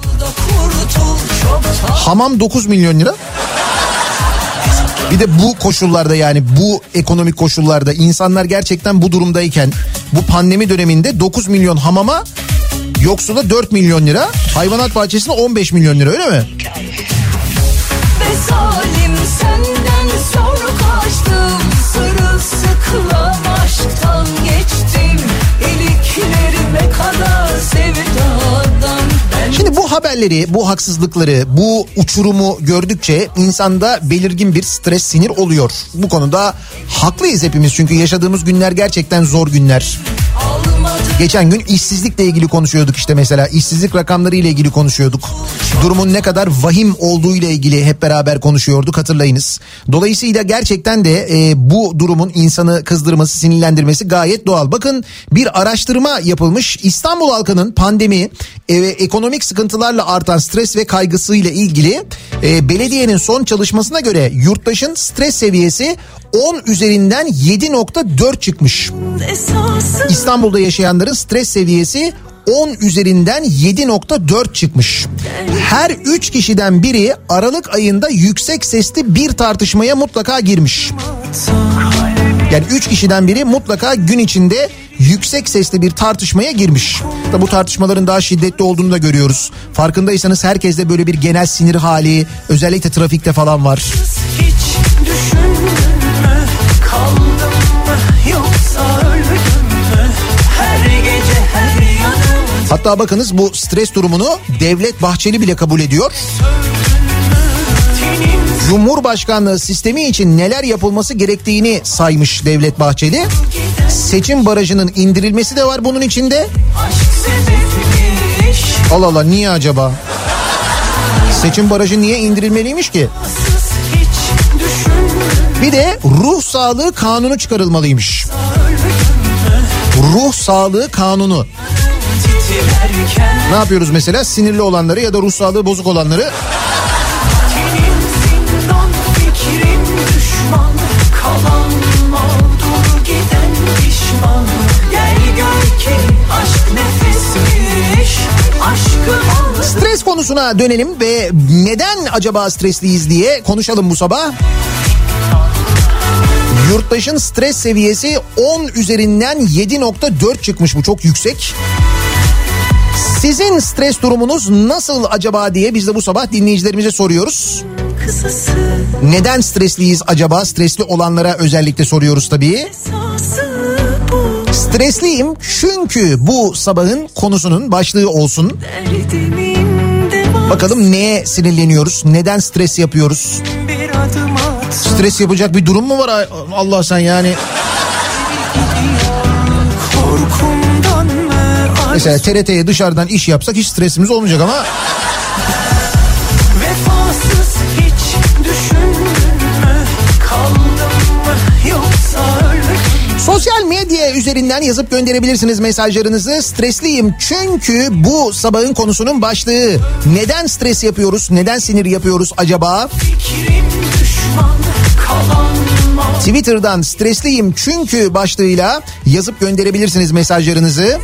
Hamam 9 milyon lira. Bir de bu koşullarda, yani bu ekonomik koşullarda insanlar gerçekten bu durumdayken, bu pandemi döneminde 9 milyon hamama, yoksula 4 milyon lira, hayvanat bahçesine 15 milyon lira, öyle mi? Besalim senden sonra kaçtım, sırılsıklam aşktan geçtim, iliklerime kadar sevdadan. Şimdi bu haberleri, bu haksızlıkları, bu uçurumu gördükçe insanda belirgin bir stres, sinir oluyor. Bu konuda haklıyız hepimiz çünkü yaşadığımız günler gerçekten zor günler. Geçen gün işsizlikle ilgili konuşuyorduk işte mesela. İşsizlik rakamları ile ilgili konuşuyorduk. Durumun ne kadar vahim olduğu ile ilgili hep beraber konuşuyorduk, hatırlayınız. Dolayısıyla gerçekten de bu durumun insanı kızdırması, sinirlendirmesi gayet doğal. Bakın, bir araştırma yapılmış. İstanbul halkının pandemi ve ekonomik sıkıntılarla artan stres ve kaygısıyla ilgili belediyenin son çalışmasına göre yurttaşın stres seviyesi 10 üzerinden 7.4 çıkmış. İstanbul'da yaşayanların stres seviyesi 10 üzerinden 7.4 çıkmış. Her 3 kişiden biri Aralık ayında yüksek sesli bir tartışmaya mutlaka girmiş. Yani 3 kişiden biri mutlaka gün içinde yüksek sesli bir tartışmaya girmiş. Tabi bu tartışmaların daha şiddetli olduğunu da görüyoruz. Farkındaysanız herkeste böyle bir genel sinir hali, özellikle trafikte falan var. Hiç düşündün mü? Kaldım mı? Yoksa öldüm mü? Her gece her yanım. Hatta bakınız, bu stres durumunu Devlet Bahçeli bile kabul ediyor. Cumhurbaşkanlığı sistemi için neler yapılması gerektiğini saymış Devlet Bahçeli. Seçim barajının indirilmesi de var bunun içinde. Allah Allah, niye acaba? Seçim barajı niye indirilmeliymiş ki? Bir de ruh sağlığı kanunu çıkarılmalıymış. Ruh sağlığı kanunu. Ne yapıyoruz mesela? Sinirli olanları ya da ruh sağlığı bozuk olanları stres konusuna dönelim ve neden acaba stresliyiz diye konuşalım bu sabah. Yurttaşın stres seviyesi 10 üzerinden 7.4 çıkmış, bu çok yüksek. Sizin stres durumunuz nasıl acaba diye biz de bu sabah dinleyicilerimize soruyoruz. Neden stresliyiz acaba? Stresli olanlara özellikle soruyoruz tabii. Stresliyim çünkü bu sabahın konusunun başlığı olsun. Bakalım neye sinirleniyoruz? Neden stres yapıyoruz? Stres yapacak bir durum mu var? Allah sen yani. Mesela TRT'ye dışarıdan iş yapsak hiç stresimiz olmayacak ama. Sosyal medya üzerinden yazıp gönderebilirsiniz mesajlarınızı. Stresliyim çünkü bu sabahın konusunun başlığı. Neden stres yapıyoruz? Neden sinir yapıyoruz acaba? Twitter'dan stresliyim çünkü başlığıyla yazıp gönderebilirsiniz mesajlarınızı.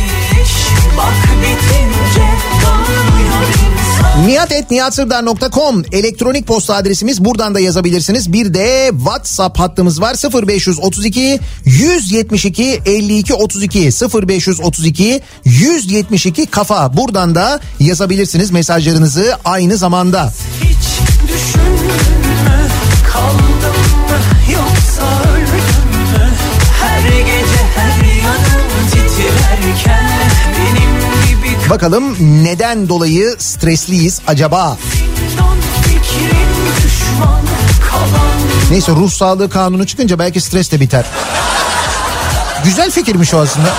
nihat@nihatsırdar.com elektronik posta adresimiz, buradan da yazabilirsiniz. Bir de WhatsApp hattımız var, 0532 172 52 32 0532 172 kafa, buradan da yazabilirsiniz mesajlarınızı aynı zamanda. Hiç düşündün mü? Kaldım mı? Yoksa öldüm mü? Her gece her yanım titrerken benim gibi. Bakalım neden dolayı stresliyiz acaba? Neyse, ruh sağlığı kanunu çıkınca belki stres de biter. Güzel fikirmiş o aslında.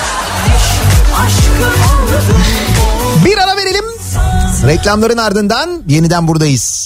Bir ara verelim. Reklamların ardından yeniden buradayız.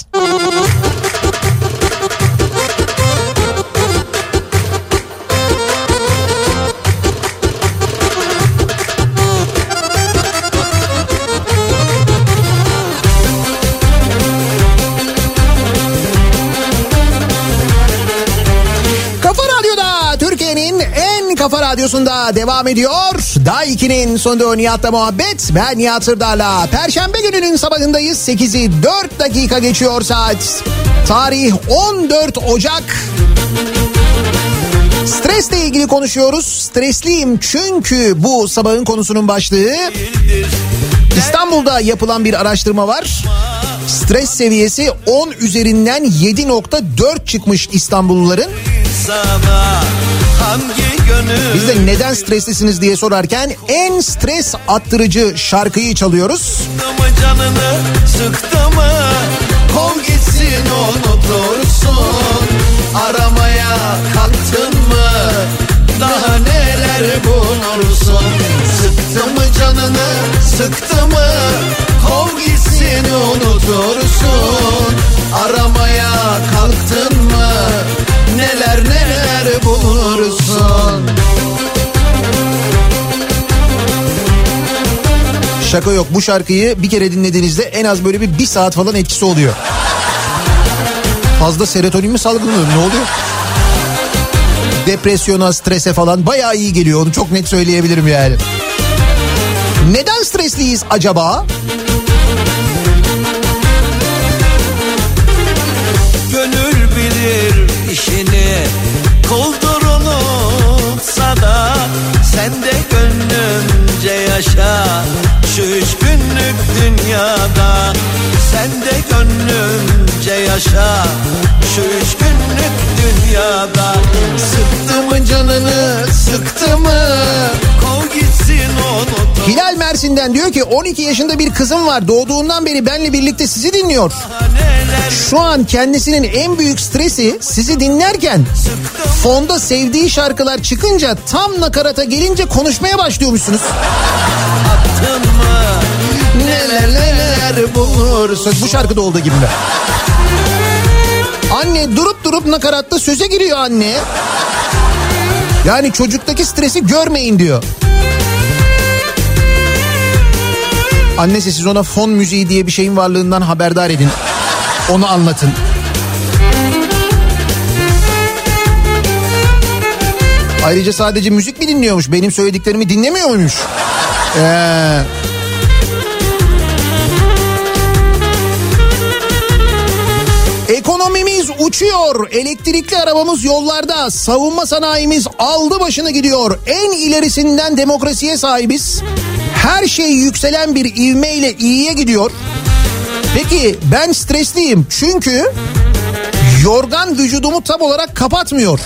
Kafa Radyosu'nda devam ediyor. Day 2'nin sonunda Nihat'la muhabbet. Ben Nihat Sırdar'la. Perşembe gününün sabahındayız. 8'i 4 dakika geçiyor saat. Tarih 14 Ocak. Stresle ilgili konuşuyoruz. Stresliyim çünkü bu sabahın konusunun başlığı. İstanbul'da yapılan bir araştırma var. Stres seviyesi 10 üzerinden 7.4 çıkmış İstanbulluların. Biz de neden streslisiniz diye sorarken en stres attırıcı şarkıyı çalıyoruz. Canını sıktı mı? Kov gitsin, unutursun. Aramaya kalktın mı? Daha neler bulursun? sıktı mı? Kov gitsin unutursun. Aramaya kalktın mı? Neler neler bulursun. Şaka yok, bu şarkıyı bir kere dinlediğinizde en az böyle bir saat falan etkisi oluyor. Fazla serotonin mi salgılanıyor, ne oluyor? Depresyona, strese falan bayağı iyi geliyor, onu çok net söyleyebilirim yani. Neden stresliyiz acaba? Gönül bilir işini, kuldurulursa da sen de gönlünce yaşa. Şu 3 günlük dünyada sen de gönlünce yaşa. Şu 3 günlük dünyada. Sıktı mı canını, sıktı mı? Kov gitsin onu. Hilal Mersin'den diyor ki 12 yaşında bir kızım var, doğduğundan beri benle birlikte sizi dinliyor. Şu an kendisinin en büyük stresi sizi dinlerken fonda sevdiği şarkılar çıkınca tam nakarata gelince konuşmaya başlıyormuşsunuz. Neler neler bulursun. Bu şarkıda olduğu gibi mi? Anne durup durup nakaratta söze giriyor anne. Yani çocuktaki stresi görmeyin diyor. Annesi siz ona fon müziği diye bir şeyin varlığından haberdar edin. Onu anlatın. Ayrıca sadece müzik mi dinliyormuş? Benim söylediklerimi dinlemiyor muymuş? Ekonomimiz uçuyor. Elektrikli arabamız yollarda. Savunma sanayimiz aldı başını gidiyor. En ilerisinden demokrasiye sahibiz. Her şey yükselen bir ivmeyle iyiye gidiyor. Peki ben stresliyim çünkü yorgan vücudumu tam olarak kapatmıyor.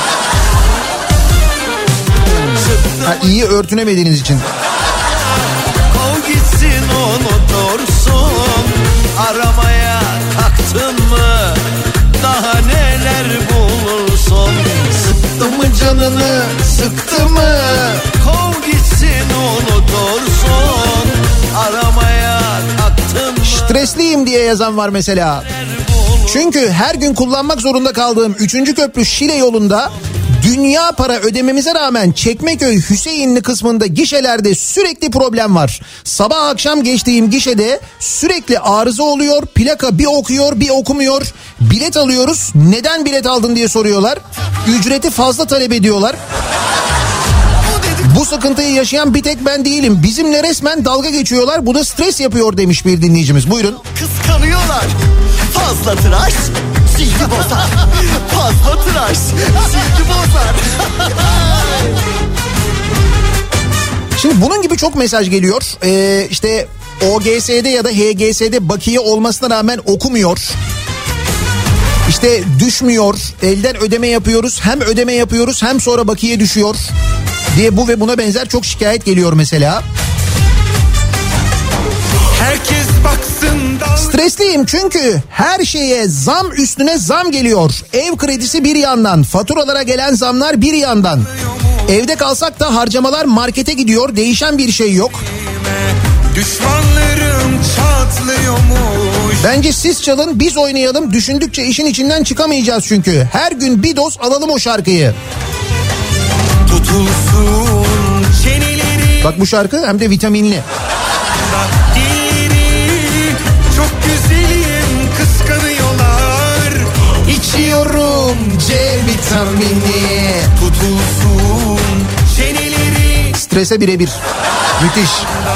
İyi örtünemediğiniz için. Kov gitsin unutursun. Aramaya kalktın mı? Daha neler bulursun. Sıktı mı canını, sıktı mı? Kov gitsin unutursun. Aramaya kalktın mı? Stresliyim diye yazan var mesela. Çünkü her gün kullanmak zorunda kaldığım 3. köprü Şile yolunda dünya para ödememize rağmen Çekmeköy Hüseyinli kısmında gişelerde sürekli problem var. Sabah akşam geçtiğim gişede sürekli arıza oluyor. Plaka bir okuyor bir okumuyor. Bilet alıyoruz. Neden bilet aldın diye soruyorlar. Ücreti fazla talep ediyorlar. Bu sıkıntıyı yaşayan bir tek ben değilim. Bizimle resmen dalga geçiyorlar. Bu da stres yapıyor demiş bir dinleyicimiz. Buyurun. Kıskanıyorlar. Fazla tıraş silgi bozar. Fazla tıraş silgi bozar. Şimdi bunun gibi çok mesaj geliyor. İşte OGS'de ya da HGS'de bakiye olmasına rağmen okumuyor. İşte düşmüyor. Elden ödeme yapıyoruz. Hem ödeme yapıyoruz hem sonra bakiye düşüyor diye bu ve buna benzer çok şikayet geliyor mesela. Herkes baksın. Stresliyim çünkü her şeye zam üstüne zam geliyor. Ev kredisi bir yandan, faturalara gelen zamlar bir yandan. Evde kalsak da harcamalar markete gidiyor, değişen bir şey yok. Düşmanlarım çatlıyormuş. Bence siz çalın biz oynayalım, düşündükçe işin içinden çıkamayacağız çünkü. Her gün bir doz alalım o şarkıyı. Tutulsun çeneleri. Bak bu şarkı hem de vitaminli. Çok güzelim kıskanıyorlar. İçiyorum C vitamini. Tutulsun çeneleri. Strese birebir. Müthiş.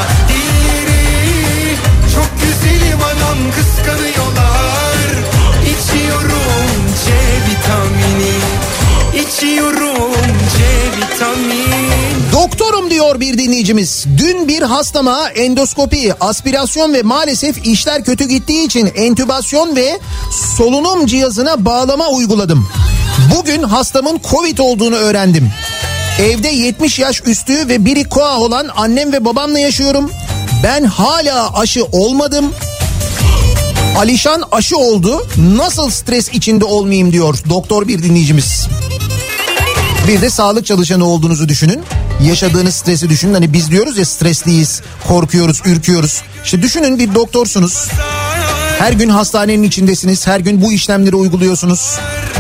Çok güzelim anam kıskanıyorlar. İçiyorum C vitamini. İçiyorum C vitamini. Doktorum diyor bir dinleyicimiz. Dün bir hastama endoskopi, aspirasyon ve maalesef işler kötü gittiği için entübasyon ve solunum cihazına bağlama uyguladım. Bugün hastamın Covid olduğunu öğrendim. Evde 70 yaş üstü ve biri koa olan annem ve babamla yaşıyorum. Ben hala aşı olmadım. Alişan aşı oldu. Nasıl stres içinde olmayayım diyor doktor bir dinleyicimiz. Bir de sağlık çalışanı olduğunuzu düşünün. yaşadığınız stresi düşünün. Hani biz diyoruz ya stresliyiz, korkuyoruz, ürküyoruz. İşte düşünün bir doktorsunuz. Her gün hastanenin içindesiniz. Her gün bu işlemleri uyguluyorsunuz.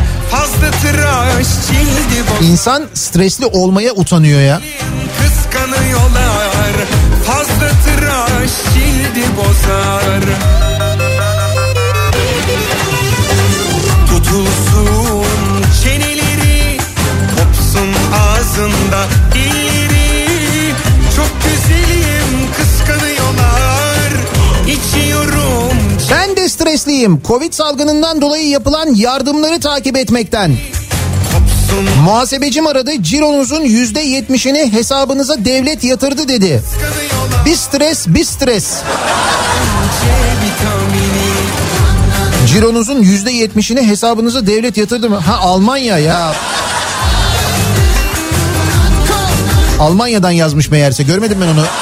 İnsan stresli olmaya utanıyor ya. Kıskanıyorlar. Fazla tıraş cildi bozar. Tutulsun çeneleri, kopsun ağzında dilleri. Çok güzelim kıskanıyorlar. İçiyorum. Ben de stresliyim. Covid salgınından dolayı yapılan yardımları takip etmekten. Muhasebecim aradı, cironuzun %70'ini hesabınıza devlet yatırdı dedi. Bir stres, bir stres. Cironuzun %70'ini hesabınıza devlet yatırdı mı? Ha, Almanya ya. Almanya'dan yazmış meğerse, görmedim ben onu.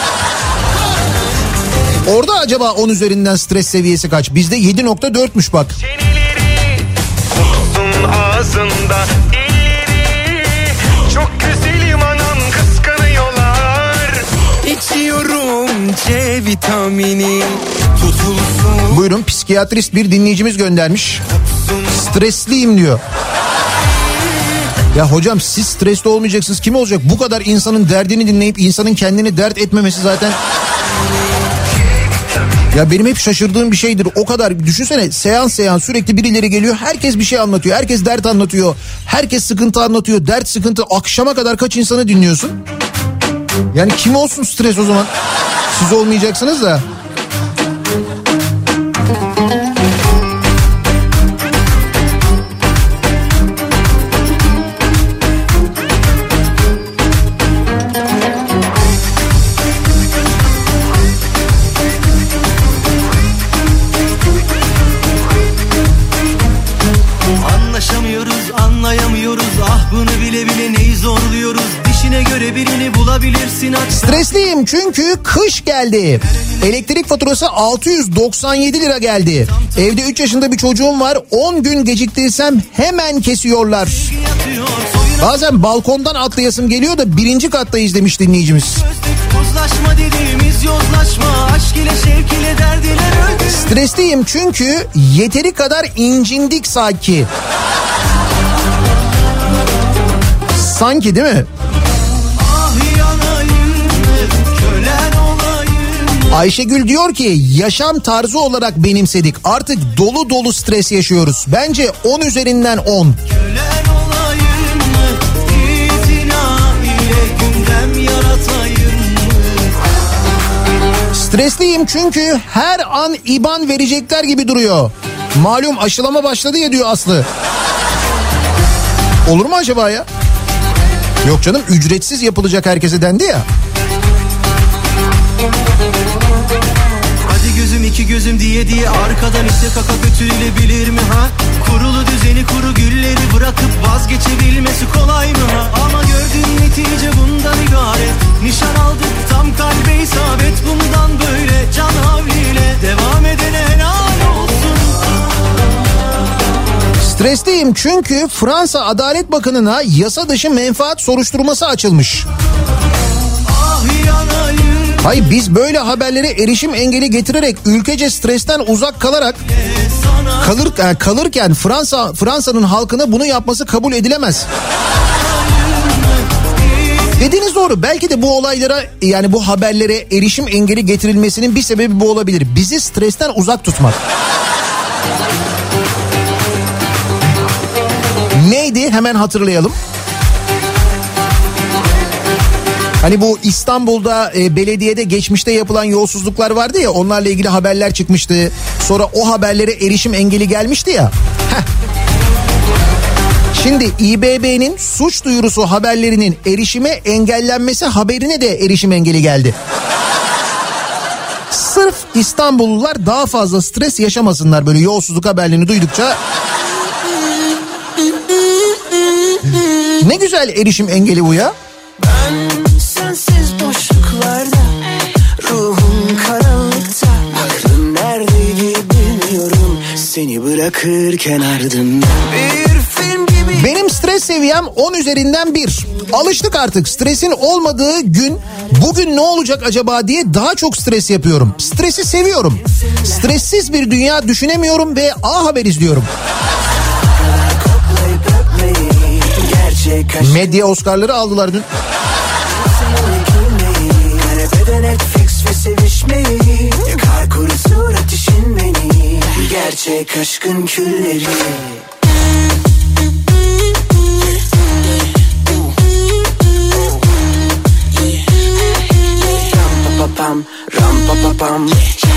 Orada acaba 10 üzerinden stres seviyesi kaç? Bizde 7.4'müş bak. Çeneleri, kopsun ağzında dilleri. Çok güzelim anam kıskanıyorlar. İçiyorum C vitamini. Tutulsun. Buyurun, psikiyatrist bir dinleyicimiz göndermiş. Stresliyim diyor. Ya hocam siz stresli olmayacaksınız, kim olacak? Bu kadar insanın derdini dinleyip insanın kendini dert etmemesi zaten... Ya benim hep şaşırdığım bir şeydir. O kadar düşünsene, seans sürekli birileri geliyor. Herkes bir şey anlatıyor. Herkes dert anlatıyor. Herkes sıkıntı anlatıyor. Dert, sıkıntı. Akşama kadar kaç insanı dinliyorsun? Yani kim olsun stres o zaman? Siz olmayacaksınız da. Stresliyim çünkü kış geldi. Elektrik faturası 697 lira geldi. Evde 3 yaşında bir çocuğum var. 10 gün geciktirsem hemen kesiyorlar. Bazen balkondan atlayasım geliyor da 1. kattayız demiş dinleyicimiz. Stresliyim çünkü yeteri kadar incindik sanki. Sanki değil mi? Ayşegül diyor ki yaşam tarzı olarak benimsedik. Artık dolu dolu stres yaşıyoruz. Bence 10 üzerinden 10. Stresliyim çünkü her an IBAN verecekler gibi duruyor. Malum aşılama başladı ya diyor Aslı. Olur mu acaba ya? Yok canım, ücretsiz yapılacak herkese dendi ya. Hadi gözüm iki gözüm diye arkadan işte kaka kötülebilir mi ha? Kurulu düzeni kuru gülleri bırakıp vazgeçebilmesi kolay mı ha? Ama gördüğün netice bundan ibaret. Nişan aldık tam kalbe isabet, bundan böyle can havliyle devam edene helal olsun. Stresliyim çünkü Fransa Adalet Bakanı'na yasa dışı menfaat soruşturması açılmış. Hayır, biz böyle haberlere erişim engeli getirerek ülkece stresten uzak kalırken Fransa'nın halkına bunu yapması kabul edilemez. Dediğiniz doğru. Belki de bu olaylara, yani bu haberlere erişim engeli getirilmesinin bir sebebi bu olabilir. Bizi stresten uzak tutmak. Neydi? Hemen hatırlayalım. Hani bu İstanbul'da belediyede geçmişte yapılan yolsuzluklar vardı ya, onlarla ilgili haberler çıkmıştı. Sonra o haberlere erişim engeli gelmişti ya. Şimdi İBB'nin suç duyurusu haberlerinin erişime engellenmesi haberine de erişim engeli geldi. Sırf İstanbullular daha fazla stres yaşamasınlar böyle yolsuzluk haberlerini duydukça. Ne güzel erişim engeli bu ya. Ben sensiz boşluklarda, ruhum karanlıkta, aklım neredeydi bilmiyorum, seni bırakırken ardından bir film gibi. Benim stres Stres seviyem 10 üzerinden 1. Alıştık artık. Stresin olmadığı gün bugün ne olacak acaba diye daha çok stres yapıyorum. Stresi seviyorum. Stressiz bir dünya düşünemiyorum ve A Haber izliyorum. Medya Oscar'ları aldılar dün. Yakar kurusu ateşin beni. Gerçek aşkın külleri. Ram pa pa pam.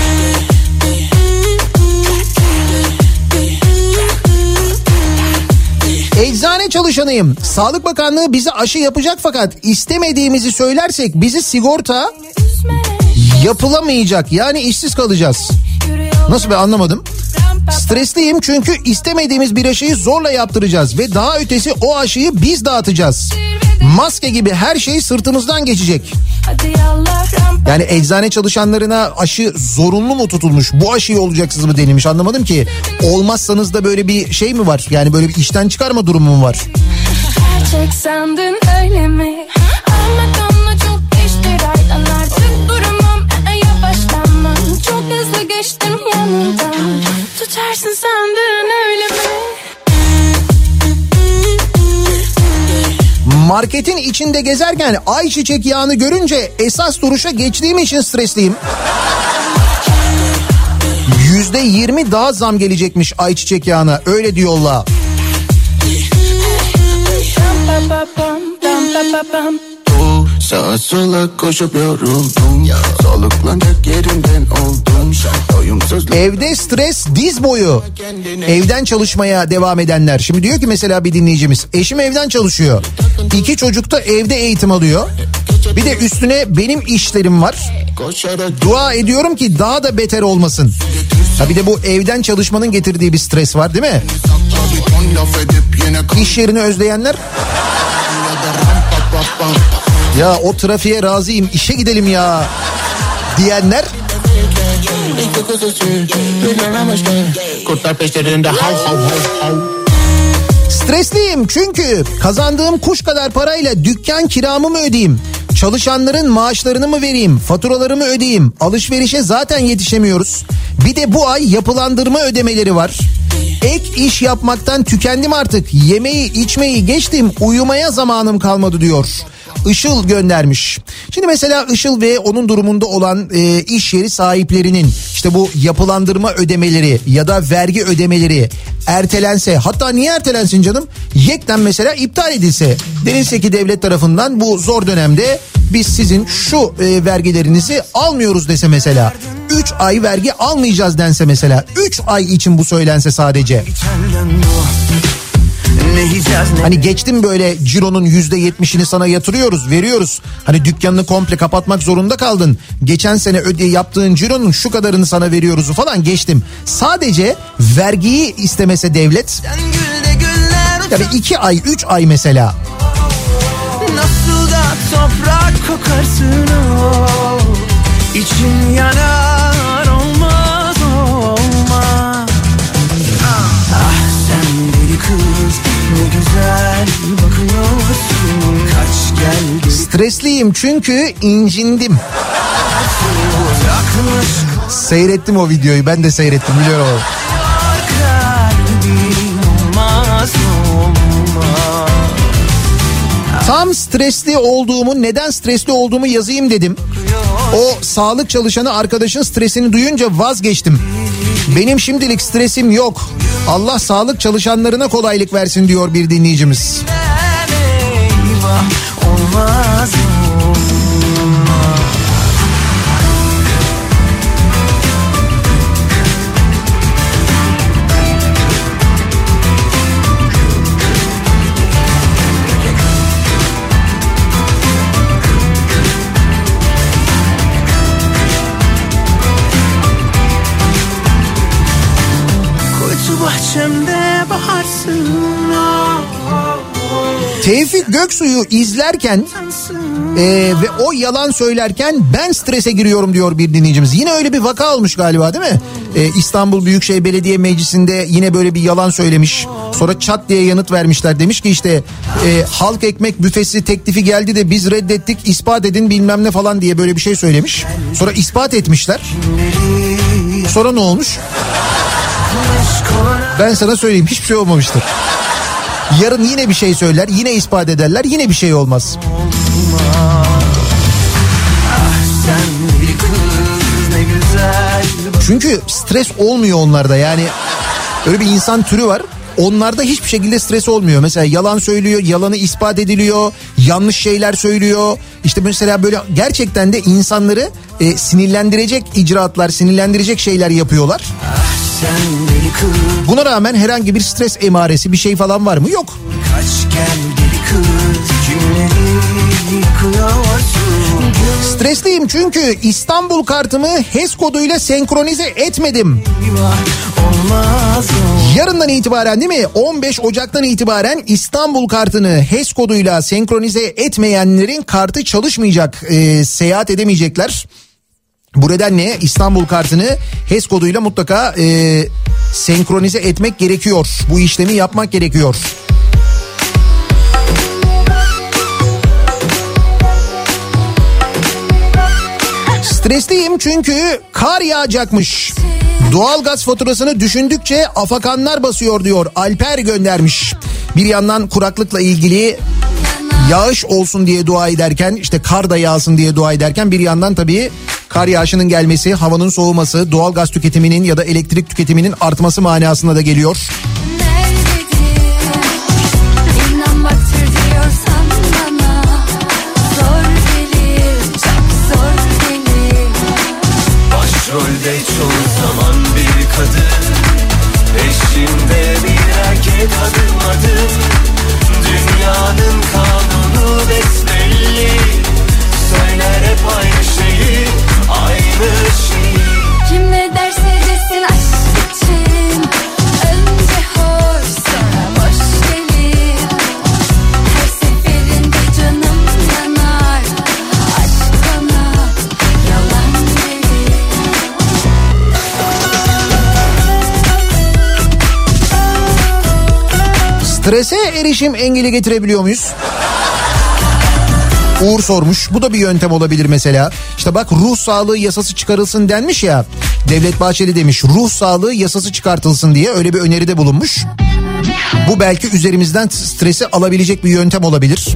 Eczane çalışanıyım. Sağlık Bakanlığı bize aşı yapacak fakat istemediğimizi söylersek bizi sigorta yapılamayacak. Yani işsiz kalacağız. Nasıl be, anlamadım. Stresliyim çünkü istemediğimiz bir aşıyı zorla yaptıracağız ve daha ötesi o aşıyı biz dağıtacağız. Maske gibi her şey sırtımızdan geçecek. Yani eczane çalışanlarına aşı zorunlu mu tutulmuş? Bu aşıyı olacaksınız mı denilmiş, anlamadım ki. Olmazsanız da böyle bir şey mi var? Yani böyle bir işten çıkarma durumu mu var? Gerçek sandın öyle mi? Anlatamla çok geçti raydan, artık duramam, yavaşlanmam. Çok hızlı geçtim yanından. Tutarsın sandın öyle mi? Marketin içinde gezerken ayçiçek yağını görünce esas duruşa geçtiğim için stresliyim. %20 daha zam gelecekmiş ayçiçek yağına, öyle diyorlar. Sağa sola koşup yoruldum. Soluklanacak yerimden oldum. Evde stres diz boyu. Evden çalışmaya devam edenler. Şimdi diyor ki mesela bir dinleyicimiz, eşim evden çalışıyor. 2 çocuk da evde eğitim alıyor. Bir de üstüne benim işlerim var. Dua ediyorum ki daha da beter olmasın. Ha bir de bu evden çalışmanın getirdiği bir stres var değil mi? İş yerini özleyenler. Ya o trafiğe razıyım, işe gidelim ya diyenler. Stresliyim çünkü kazandığım kuş kadar parayla dükkan kiramı mı ödeyeyim? Çalışanların maaşlarını mı vereyim? Faturalarımı ödeyeyim? Alışverişe zaten yetişemiyoruz. Bir de bu ay yapılandırma ödemeleri var. Ek iş yapmaktan tükendim artık. Yemeği içmeyi geçtim, uyumaya zamanım kalmadı diyor. Işıl göndermiş. Şimdi mesela Işıl ve onun durumunda olan iş yeri sahiplerinin işte bu yapılandırma ödemeleri ya da vergi ödemeleri ertelense, hatta niye ertelensin canım? Yekten mesela iptal edilse, denilse ki devlet tarafından bu zor dönemde biz sizin şu vergilerinizi almıyoruz dese mesela. 3 ay vergi almayacağız dense mesela. 3 ay için bu söylense sadece. Hani geçtim böyle cironun %70'ini sana yatırıyoruz, veriyoruz. Hani dükkanını komple kapatmak zorunda kaldın. Geçen sene yaptığın cironun şu kadarını sana veriyoruz falan, geçtim. Sadece vergiyi istemese devlet. Yani 2 ay, 3 ay mesela. Nasıl da toprak kokarsın o, İçim yanar olmaz olmaz. Ah sen deli kız, ne güzel bakıyorsun, kaç geldi. Stresliyim çünkü incindim. Seyrettim o videoyu, ben de seyrettim, biliyorum onu. Tam stresli olduğumu, neden stresli olduğumu yazayım dedim. O sağlık çalışanı arkadaşın stresini duyunca vazgeçtim. Benim şimdilik stresim yok. Allah sağlık çalışanlarına kolaylık versin diyor bir dinleyicimiz. Olmaz bahçemde baharsın, Tevfik Göksu'yu izlerken ve o yalan söylerken ben strese giriyorum diyor bir dinleyicimiz. Yine öyle bir vaka olmuş galiba değil mi? İstanbul Büyükşehir Belediye Meclisi'nde yine böyle bir yalan söylemiş. Sonra çat diye yanıt vermişler. Demiş ki işte halk ekmek büfesi teklifi geldi de biz reddettik, ispat edin bilmem ne falan diye böyle bir şey söylemiş. Sonra ispat etmişler. Sonra ne olmuş? Ben sana söyleyeyim, hiçbir şey olmamıştır. Yarın yine bir şey söyler, yine ispat ederler, yine bir şey olmaz. Çünkü stres olmuyor onlarda, yani öyle bir insan türü var. Onlarda hiçbir şekilde stres olmuyor. Mesela yalan söylüyor, yalanı ispat ediliyor, yanlış şeyler söylüyor. İşte mesela böyle gerçekten de insanları sinirlendirecek icraatlar, sinirlendirecek şeyler yapıyorlar. Buna rağmen herhangi bir stres emaresi, bir şey falan var mı? Yok. Stresliyim çünkü İstanbul kartımı HES koduyla senkronize etmedim. Yarından itibaren değil mi? 15 Ocak'tan itibaren İstanbul kartını HES koduyla senkronize etmeyenlerin kartı çalışmayacak. Seyahat edemeyecekler. Bu nedenle İstanbul kartını HES koduyla mutlaka senkronize etmek gerekiyor. Bu işlemi yapmak gerekiyor. Stresliyim çünkü kar yağacakmış. Doğalgaz faturasını düşündükçe afakanlar basıyor diyor. Alper göndermiş. Bir yandan kuraklıkla ilgili yağış olsun diye dua ederken, işte kar da yağsın diye dua ederken, bir yandan tabii kar yağışının gelmesi, havanın soğuması, doğalgaz tüketiminin ya da elektrik tüketiminin artması manasına da geliyor. Başrolde çoğu zaman bir kadın, eşinde bir erkek adım adım. Dünyanın kanunu besbelli, söyler hep aynı şeyi, aynı şeyi. Kim ne derse desin aşk için, önce hoş sonra boş gelir. Her seferinde canım yanar, aşk bana yalan gelir. Strese erişim engeli getirebiliyor muyuz? Uğur sormuş. Bu da bir yöntem olabilir mesela. İşte bak, ruh sağlığı yasası çıkarılsın denmiş ya. Devlet Bahçeli demiş ruh sağlığı yasası çıkartılsın diye, öyle bir öneride bulunmuş. Bu belki üzerimizden stresi alabilecek bir yöntem olabilir.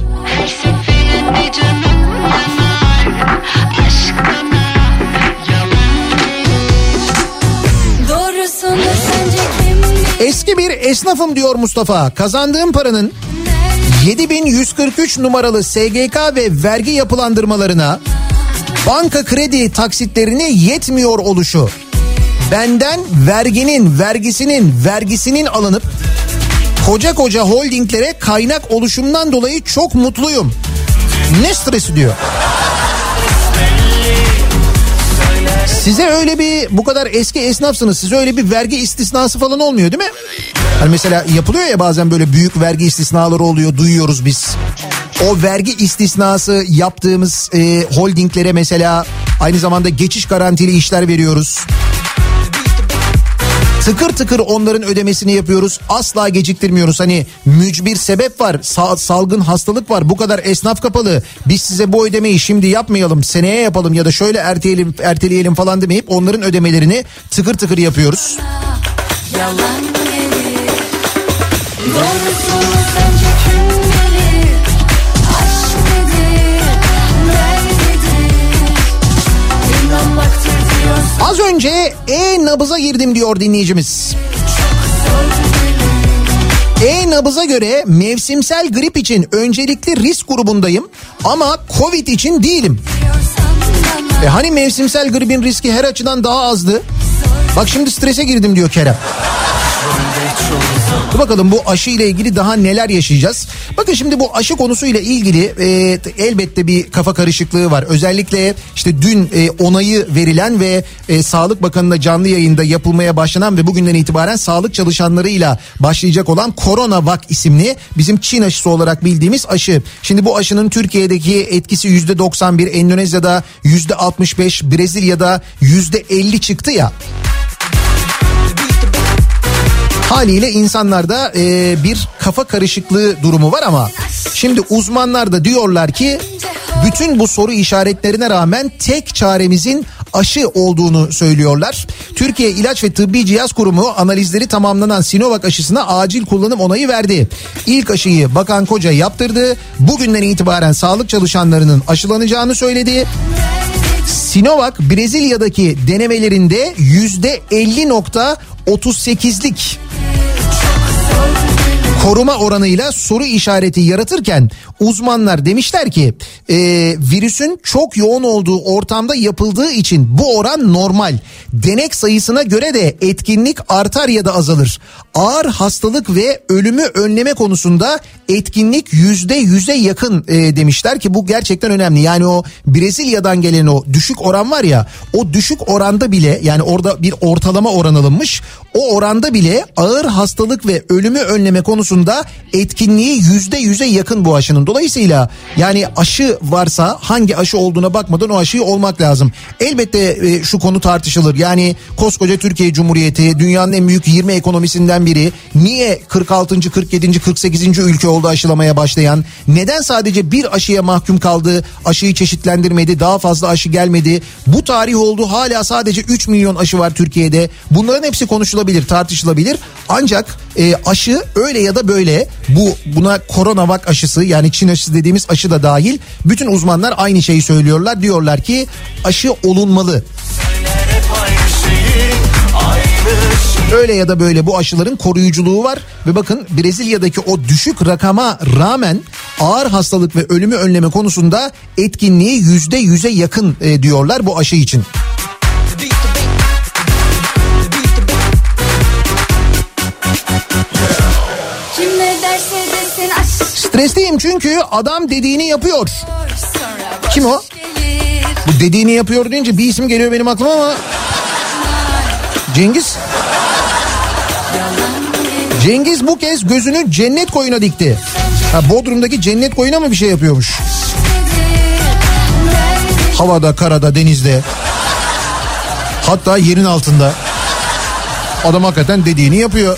Eski bir esnafım diyor Mustafa. Kazandığım paranın 7143 numaralı SGK ve vergi yapılandırmalarına, banka kredi taksitlerine yetmiyor oluşu, benden vergisinin alınıp koca holdinglere kaynak oluşumdan dolayı çok mutluyum. Ne stresi diyor. Size öyle bir, bu kadar eski esnafsınız, size öyle bir vergi istisnası falan olmuyor değil mi? Hani mesela yapılıyor ya bazen, böyle büyük vergi istisnaları oluyor, duyuyoruz biz. O vergi istisnası yaptığımız holdinglere mesela aynı zamanda geçiş garantili işler veriyoruz. Tıkır tıkır onların ödemesini yapıyoruz. Asla geciktirmiyoruz. Hani mücbir sebep var, salgın hastalık var, bu kadar esnaf kapalı, biz size bu ödemeyi şimdi yapmayalım, seneye yapalım ya da şöyle erteleyelim falan demeyip onların ödemelerini tıkır tıkır yapıyoruz. Yalan gelir, doğrusunu sence kim bilir? Aşk nedir, nerededir? İnanmaktır diyorsun. Az önce e-nabıza girdim diyor dinleyicimiz. E-nabıza göre mevsimsel grip için öncelikli risk grubundayım ama Covid için değilim. Hani mevsimsel gripin riski her açıdan daha azdı. Bak şimdi strese girdim diyor Kerem. Dur bakalım bu aşı ile ilgili daha neler yaşayacağız. Bakın şimdi bu aşı konusuyla ilgili elbette bir kafa karışıklığı var. Özellikle işte dün onayı verilen ve Sağlık Bakanı'na canlı yayında yapılmaya başlanan ve bugünden itibaren sağlık çalışanlarıyla başlayacak olan CoronaVac isimli bizim Çin aşısı olarak bildiğimiz aşı. Şimdi bu aşının Türkiye'deki etkisi %91, Endonezya'da %65, Brezilya'da %50 çıktı ya. Haliyle insanlarda bir kafa karışıklığı durumu var ama şimdi uzmanlar da diyorlar ki bütün bu soru işaretlerine rağmen tek çaremizin aşı olduğunu söylüyorlar. Türkiye İlaç ve Tıbbi Cihaz Kurumu analizleri tamamlanan Sinovac aşısına acil kullanım onayı verdi. İlk aşıyı Bakan Koca yaptırdı. Bugünden itibaren sağlık çalışanlarının aşılanacağını söyledi. Sinovac Brezilya'daki denemelerinde %50.38'lik koruma oranıyla soru işareti yaratırken uzmanlar demişler ki virüsün çok yoğun olduğu ortamda yapıldığı için bu oran normal. Denek sayısına göre de etkinlik artar ya da azalır. Ağır hastalık ve ölümü önleme konusunda etkinlik %100'e yakın demişler ki bu gerçekten önemli. Yani o Brezilya'dan gelen o düşük oran var ya, o düşük oranda bile, yani orada bir ortalama oran alınmış. O oranda bile ağır hastalık ve ölümü önleme konusunda etkinliği %100'e yakın bu aşının. Dolayısıyla yani aşı varsa hangi aşı olduğuna bakmadan o aşıyı olmak lazım. Elbette şu konu tartışılır. Yani koskoca Türkiye Cumhuriyeti dünyanın en büyük 20 ekonomisinden biri. Niye 46. 47. 48. ülke oldu aşılamaya başlayan? Neden sadece bir aşıya mahkum kaldı? Aşıyı çeşitlendirmedi, daha fazla aşı gelmedi. Bu tarih oldu, hala sadece 3 milyon aşı var Türkiye'de. Bunların hepsi konuşulabilir, tartışılabilir. Ancak aşı öyle ya da böyle, buna CoronaVac aşısı, yani Çin aşısı dediğimiz aşı da dahil, bütün uzmanlar aynı şeyi söylüyorlar. Diyorlar ki aşı olunmalı. Öyle ya da böyle bu aşıların koruyuculuğu var ve bakın Brezilya'daki o düşük rakama rağmen ağır hastalık ve ölümü önleme konusunda etkinliği %100'e yakın diyorlar bu aşı için. Stresliyim çünkü adam dediğini yapıyor. Kim o? Bu dediğini yapıyor deyince bir isim geliyor benim aklıma ama... Cengiz. Cengiz bu kez gözünü cennet koyuna dikti. Bodrum'daki cennet koyuna mı bir şey yapıyormuş? Havada, karada, denizde. Hatta yerin altında. Adam hakikaten dediğini yapıyor.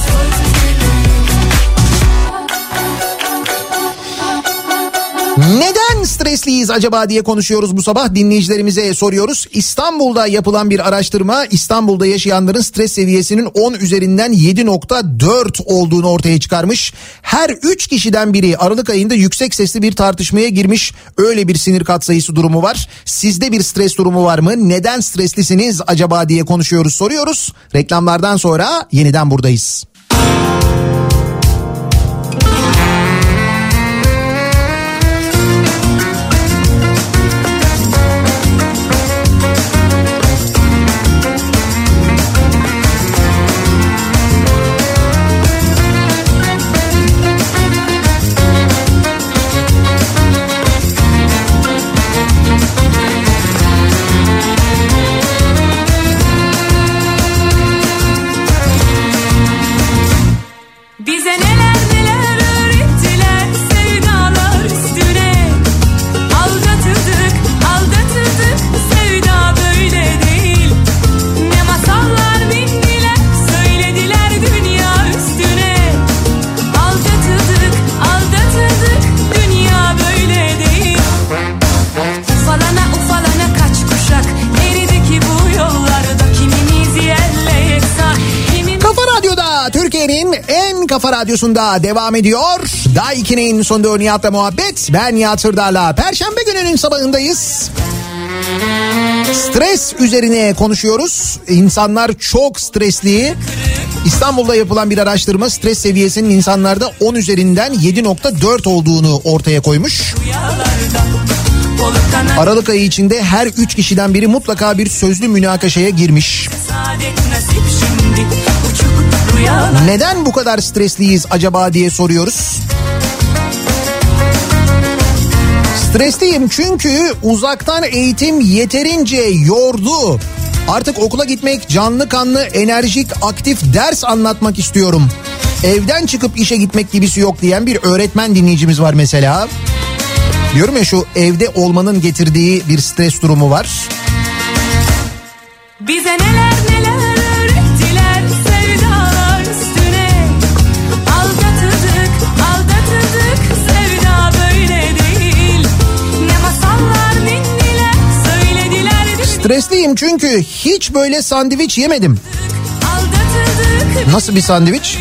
Neden stresliyiz acaba diye konuşuyoruz bu sabah, dinleyicilerimize soruyoruz. İstanbul'da yapılan bir araştırma İstanbul'da yaşayanların stres seviyesinin 10 üzerinden 7.4 olduğunu ortaya çıkarmış. Her 3 kişiden biri Aralık ayında yüksek sesli bir tartışmaya girmiş. Öyle bir sinir katsayısı durumu var. Sizde bir stres durumu var mı? Neden streslisiniz acaba diye konuşuyoruz, soruyoruz. Reklamlardan sonra yeniden buradayız. Kafa Radyosu'nda devam ediyor. Daiki'nin sonunda Nihat'la muhabbet. Ben Nihat Sırdar'la. Perşembe gününün sabahındayız. Stres üzerine konuşuyoruz. İnsanlar çok stresli. İstanbul'da yapılan bir araştırma stres seviyesinin insanlarda 10 üzerinden 7.4 olduğunu ortaya koymuş. Aralık ayı içinde her 3 kişiden biri mutlaka bir sözlü münakaşaya girmiş. rüyalar. Neden bu kadar stresliyiz acaba diye soruyoruz. Stresliyim çünkü uzaktan eğitim yeterince yordu. Artık okula gitmek, canlı kanlı, enerjik, aktif ders anlatmak istiyorum. Evden çıkıp işe gitmek gibisi yok diyen bir öğretmen dinleyicimiz var mesela. Diyorum ya, şu evde olmanın getirdiği bir stres durumu var. Bize neler neler öğrettiler sevdalar üstüne. Aldatıldık, sevda böyle değil. Ne masallar ninniler söylediler. Stresliyim çünkü hiç böyle sandviç yemedim. Aldatıldık. Nasıl bir sandviç?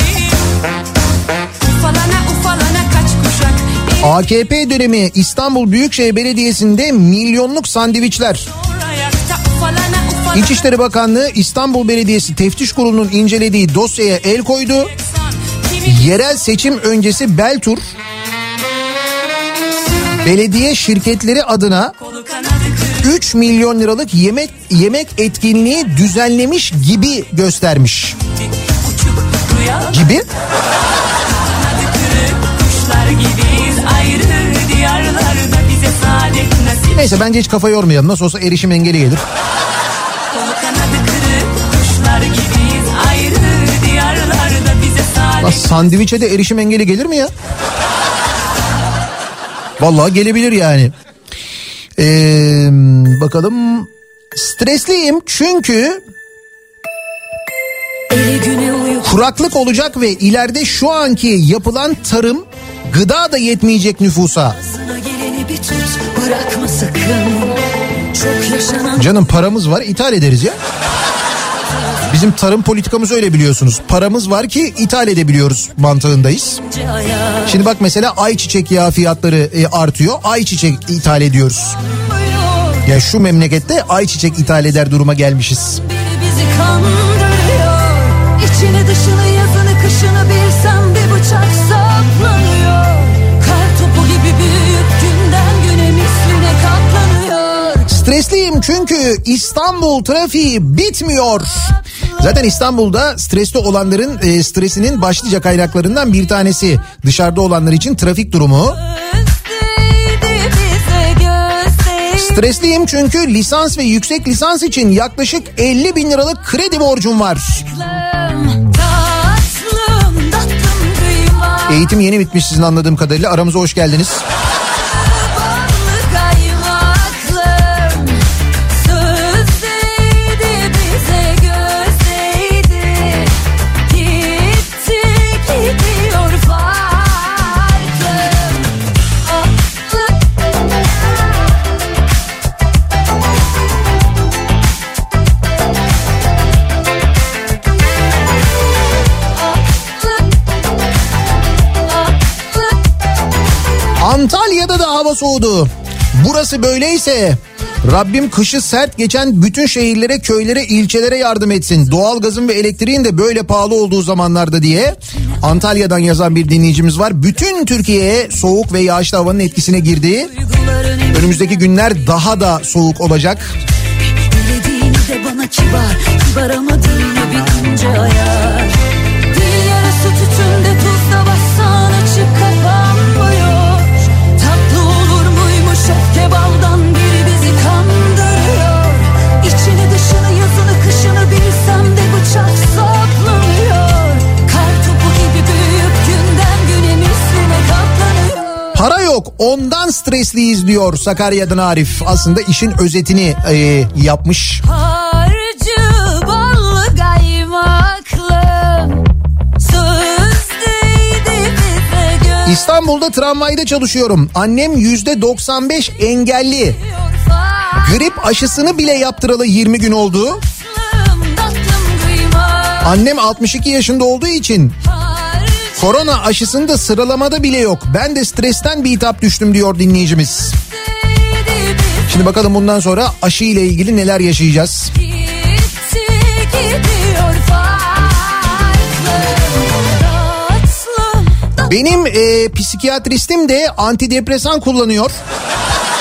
Ufalana kaç kuşak. AKP dönemi İstanbul Büyükşehir Belediyesi'nde milyonluk sandviçler. İçişleri Bakanlığı İstanbul Belediyesi Teftiş Kurulu'nun incelediği dosyaya el koydu. Yerel seçim öncesi Beltur belediye şirketleri adına 3 milyon liralık yemek etkinliği düzenlemiş gibi göstermiş. Gibi. Neyse, bence hiç kafa yormayalım. Nasıl olsa erişim engeli gelir. Sandviçe de erişim engeli gelir mi ya? Vallahi gelebilir yani. Bakalım. Stresliyim çünkü kuraklık olacak ve ileride şu anki yapılan tarım gıda da yetmeyecek nüfusa. Canım, paramız var, ithal ederiz ya. Bizim tarım politikamız öyle, biliyorsunuz. Paramız var ki ithal edebiliyoruz mantığındayız. Şimdi bak mesela ayçiçek yağı fiyatları artıyor. Ayçiçek ithal ediyoruz. Ya şu memlekette ayçiçek ithal eder duruma gelmişiz. Bizi kandırıyor. İçini dışını yazını kışını bilsem bir bıçak saplanıyor. Kar topu gibi büyük günden güne misline katlanıyor. Stresliyim çünkü İstanbul trafiği bitmiyor. Zaten İstanbul'da stresli olanların stresinin başlıca kaynaklarından bir tanesi dışarıda olanlar için trafik durumu. Stresliyim çünkü lisans ve yüksek lisans için yaklaşık 50 bin liralık kredi borcum var. Eğitim yeni bitmiş sizin anladığım kadarıyla. Aramıza hoş geldiniz. Antalya'da da hava soğudu. Burası böyleyse Rabbim kışı sert geçen bütün şehirlere, köylere, ilçelere yardım etsin. Doğalgazın ve elektriğin de böyle pahalı olduğu zamanlarda diye Antalya'dan yazan bir dinleyicimiz var. Bütün Türkiye'ye soğuk ve yağışlı havanın etkisine girdi. Önümüzdeki günler daha da soğuk olacak. Dilediğini de bana kibar aramadığını bir ince ayar. Dil yarası tütünde tuzla bassan açık kapanmıyor. Tatlı olur muymuş öfke baldan biri bizi kandırıyor. İçini dışını yazını kışını bilsem de bıçak saplanıyor. Kar topu gibi büyük günden güne misline katlanıyor. Para yok, ondan stresliyiz diyor Sakarya'dan Arif. Aslında işin özetini yapmış. Harcı ballı kaymaklı sözdeydi bize göz. İstanbul'da tramvayda çalışıyorum. Annem %95 engelli. Grip aşısını bile yaptıralı 20 gün oldu. Annem 62 yaşında olduğu için korona aşısında sıralamada bile yok. Ben de stresten bir hitap düştüm diyor dinleyicimiz. Şimdi bakalım bundan sonra aşı ile ilgili neler yaşayacağız. Benim psikiyatristim de antidepresan kullanıyor.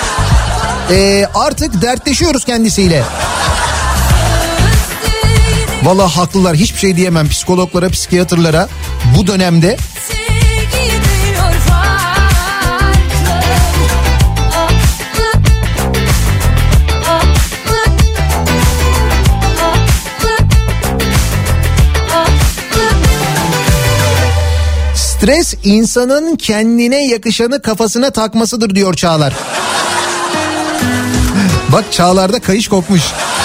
Artık dertleşiyoruz kendisiyle. Vallahi haklılar, hiçbir şey diyemem psikologlara, psikiyatrlara bu dönemde. Stres insanın kendine yakışanı kafasına takmasıdır diyor Çağlar. Bak Çağlar'da kayış kopmuş.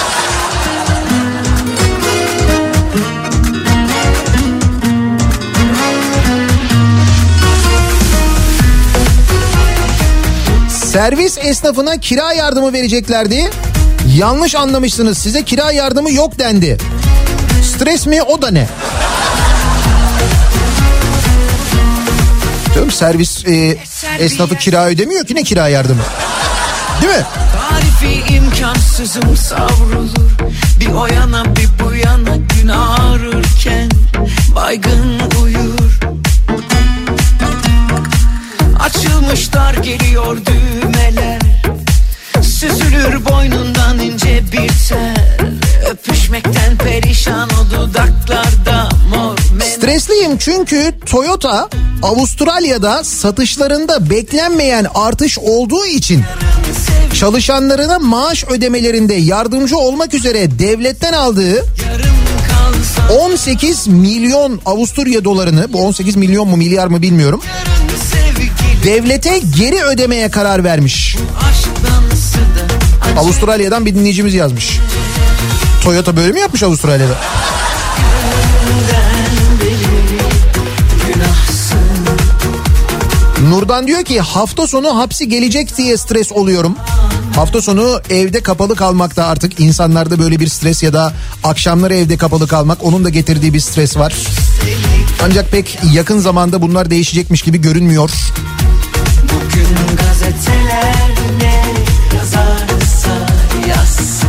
Servis esnafına kira yardımı vereceklerdi. Yanlış anlamışsınız, size kira yardımı yok dendi. Stres mi, o da ne? Canım servis esnafı kira ödemiyor ki, ne kira yardımı? Değil mi? Tarifi imkansızım savrulur. Bir o yana bir bu yana gün ağrırken baygın uyur. Açılmışlar geliyor düğmeler. Süzülür boynundan ince bir tel. Öpüşmekten perişan o dudaklarda mor. Stresliyim çünkü Toyota Avustralya'da satışlarında beklenmeyen artış olduğu için çalışanlarına maaş ödemelerinde yardımcı olmak üzere devletten aldığı 18 milyon Avusturya dolarını, bu 18 milyon mu milyar mı bilmiyorum, devlete geri ödemeye karar vermiş. Avustralya'dan bir dinleyicimiz yazmış. Toyota böyle mi yapmış Avustralya'da? Nurdan diyor ki hafta sonu hapsi gelecek diye stres oluyorum. Hafta sonu evde kapalı kalmakta artık insanlarda böyle bir stres, ya da akşamları evde kapalı kalmak, onun da getirdiği bir stres var. Ancak pek yakın zamanda bunlar değişecekmiş gibi görünmüyor. Bugün gazeteler ne yazarsa yazsın.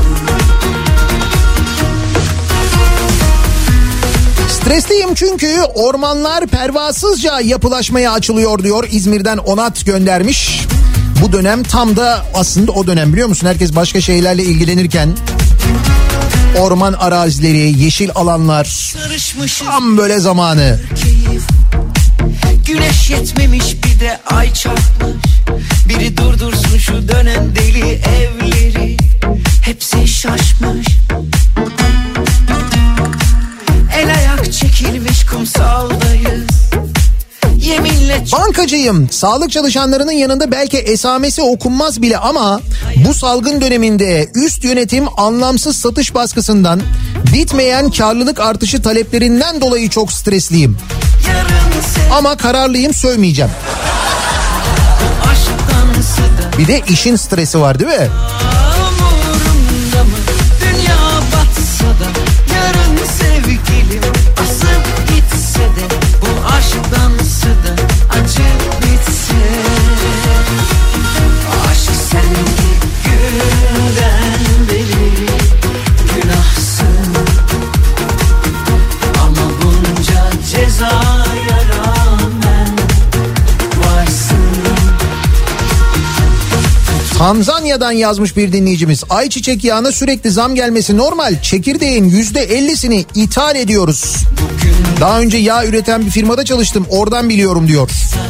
Stresliyim çünkü ormanlar pervasızca yapılaşmaya açılıyor diyor. İzmir'den Onat göndermiş. Bu dönem tam da aslında o dönem, biliyor musun? Herkes başka şeylerle ilgilenirken orman arazileri, yeşil alanlar, tam böyle zamanı. Güneş yetmemiş bir de ay çarpmış. Biri durdursun şu dönen deli evleri. Hepsi şaşmış. El ayak çekilmiş kumsaldayız. Yeminle Bankacıyım. Sağlık çalışanlarının yanında belki esamesi okunmaz bile ama bu salgın döneminde üst yönetim anlamsız satış baskısından, bitmeyen karlılık artışı taleplerinden dolayı çok stresliyim. Ama kararlıyım, sövmeyeceğim. Bir de işin stresi var değil mi? dünya batsa da yarın sevgilim asıp gitse de bu aşk dansı da acı bitse. Aşk sende günden beri günahsın ama bunca cezaya rağmen varsın. Tanzanya'dan yazmış bir dinleyicimiz. Ayçiçek yağına sürekli zam gelmesi normal. Çekirdeğin %50'sini ithal ediyoruz. Daha önce yağ üreten bir firmada çalıştım. Oradan biliyorum diyor.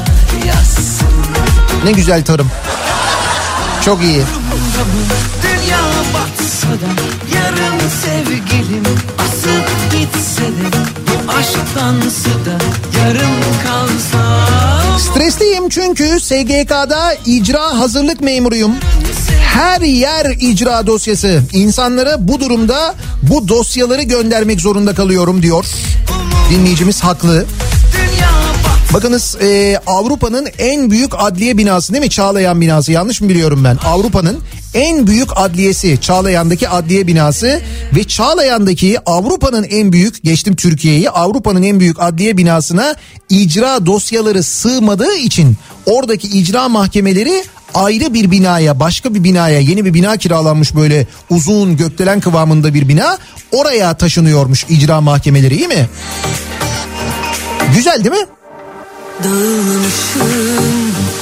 Ne güzel tarım. Çok iyi. Dünya batsa da yarın sevgilim asıp gitse de bu aşktansı da yarım kalsa. Stresliyim çünkü SGK'da icra hazırlık memuruyum. Her yer icra dosyası. İnsanlara bu durumda bu dosyaları göndermek zorunda kalıyorum diyor. Dinleyicimiz haklı. Bakınız Avrupa'nın en büyük adliye binası değil mi? Çağlayan binası, yanlış mı biliyorum ben? Avrupa'nın en büyük adliyesi Çağlayan'daki adliye binası ve Çağlayan'daki Avrupa'nın en büyük, geçtim Türkiye'yi, Avrupa'nın en büyük adliye binasına icra dosyaları sığmadığı için oradaki icra mahkemeleri ayrı bir binaya, başka bir binaya, yeni bir bina kiralanmış, böyle uzun gökdelen kıvamında bir bina, oraya taşınıyormuş icra mahkemeleri, iyi mi? Güzel değil mi? Dağılmışım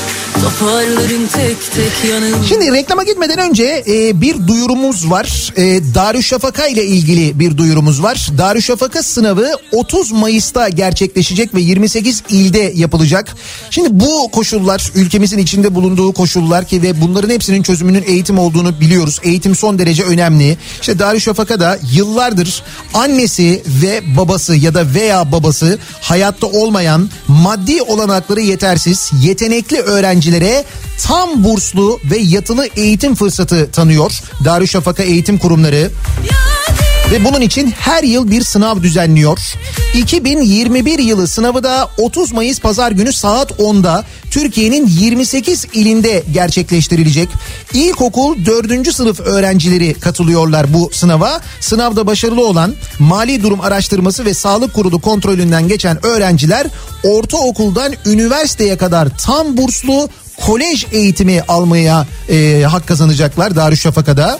Toparlarım tek tek yanım. Şimdi reklama gitmeden önce bir duyurumuz var. Darüşşafaka ile ilgili bir duyurumuz var. Darüşşafaka sınavı 30 Mayıs'ta gerçekleşecek ve 28 ilde yapılacak. Şimdi bu koşullar, ülkemizin içinde bulunduğu koşullar ki ve bunların hepsinin çözümünün eğitim olduğunu biliyoruz. Eğitim son derece önemli. İşte Darüşşafaka'da yıllardır annesi ve babası ya da veya babası hayatta olmayan, maddi olanakları yetersiz, yetenekli öğrencilere tam burslu ve yatılı eğitim fırsatı tanıyor Darüşşafaka Eğitim Kurumları. Ve bunun için her yıl bir sınav düzenliyor. 2021 yılı sınavı da 30 Mayıs Pazar günü saat 10'da Türkiye'nin 28 ilinde gerçekleştirilecek. İlkokul 4. sınıf öğrencileri katılıyorlar bu sınava. Sınavda başarılı olan, mali durum araştırması ve sağlık kurulu kontrolünden geçen öğrenciler ortaokuldan üniversiteye kadar tam burslu kolej eğitimi almaya hak kazanacaklar Darüşşafaka'da.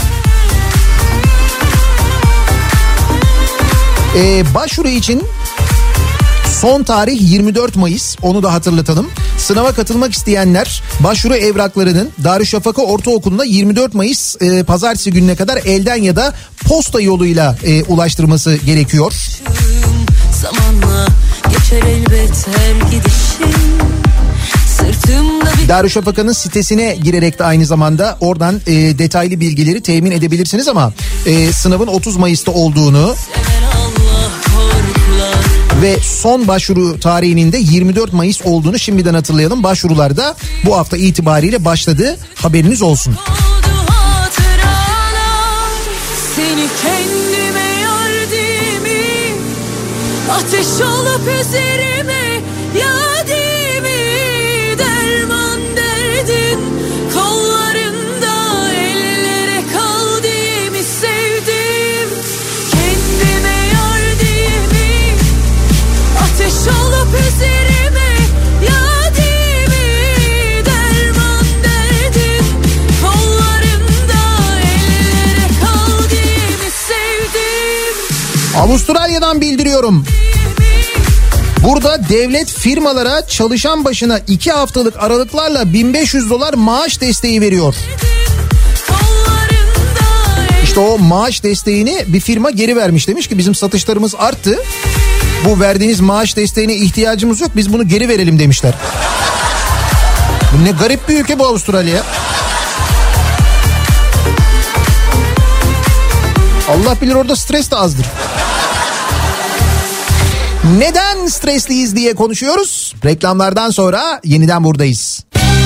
Başvuru için son tarih 24 Mayıs, onu da hatırlatalım. Sınava katılmak isteyenler başvuru evraklarının Darüşşafaka Ortaokulu'na 24 Mayıs pazartesi gününe kadar elden ya da posta yoluyla ulaştırması gerekiyor. Zamanla geçer elbet her gidişim. Darüşşafaka'nın sitesine girerek de aynı zamanda oradan detaylı bilgileri temin edebilirsiniz ama sınavın 30 Mayıs'ta olduğunu ve son başvuru tarihinin de 24 Mayıs olduğunu şimdiden hatırlayalım. Başvurular da bu hafta itibariyle başladı. Haberiniz olsun. Seni kendime yardımı, ateş olup üzerime yadimi, derman derdin kollarında, ellere kaldığımı sevdim. Kendime yardımı, ateş olup üzerime yadimi, derman derdin kollarında, ellere kaldığımı sevdim. Avustralya'dan bildiriyorum. Burada devlet firmalara çalışan başına 2 haftalık aralıklarla $1.500 maaş desteği veriyor. İşte o maaş desteğini bir firma geri vermiş, demiş ki bizim satışlarımız arttı. Bu verdiğiniz maaş desteğine ihtiyacımız yok, biz bunu geri verelim demişler. Ne garip bir ülke bu Avustralya. Allah bilir orada stres de azdır. Neden stresliyiz diye konuşuyoruz. Reklamlardan sonra yeniden buradayız.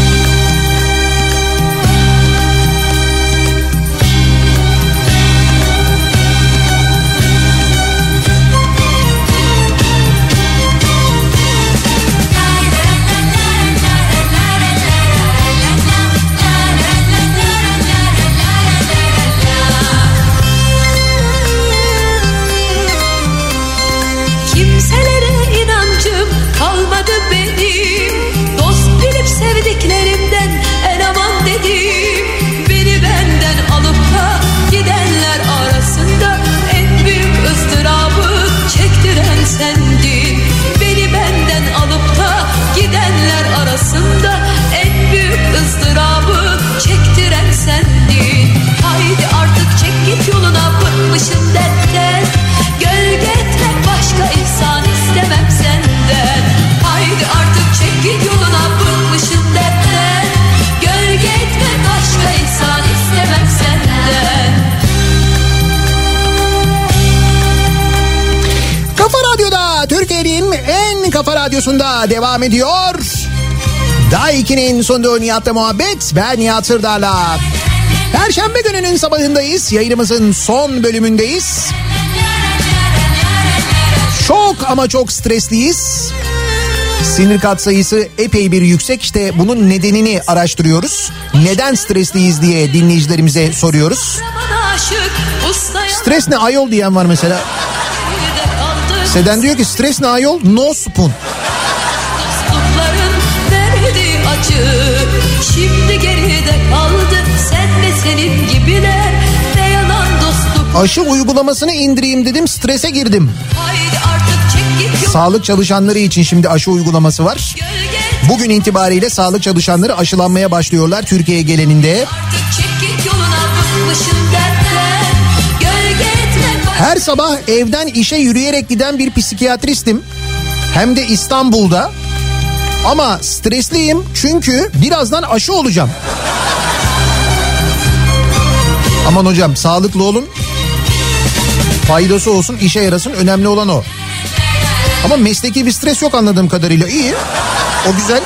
Kimselere inancım kalmadı benim, dost bilip sevdiklerimden en aman dedim. Beni benden alıp da gidenler arasında en büyük ızdırabı çektiren sendin. Beni benden alıp da gidenler arasında en büyük ızdırabı çektiren sendin. Haydi artık çek git yoluna, bıkmışım dertten. Gölge etmek başka, ihsan istemem senden. Haydi artık çek git yoluna, bıkmışım dertten. Gölge etmek başka, ihsan istemem senden. Kafa Radyo'da, Türkiye'nin en kafa radyosunda devam ediyor. Daha 2'nin sonunda Nihat'la muhabbet. Ben Nihat Sırdar'la. Perşembe gününün sabahındayız. Yayınımızın son bölümündeyiz. Çok ama çok stresliyiz. Sinir katsayısı epey bir yüksek. İşte bunun nedenini araştırıyoruz. Neden stresliyiz diye dinleyicilerimize soruyoruz. Stres ne ayol diyen var mesela. Seden diyor ki stres ne ayol? No spoon. Şimdi geride kaldı sen ve senin gibiler, ne yalan dostluk. Aşı uygulamasını indireyim dedim, strese girdim. Haydi artık çek git. Sağlık çalışanları için şimdi aşı uygulaması var. Bugün itibariyle sağlık çalışanları aşılanmaya başlıyorlar Türkiye'ye geleninde. Her sabah evden işe yürüyerek giden bir psikiyatristim. Hem de İstanbul'da. Ama stresliyim çünkü birazdan aşı olacağım. Aman hocam sağlıklı olun. Faydası olsun, işe yarasın, önemli olan o. Ama mesleki bir stres yok anladığım kadarıyla. İyi. O güzel.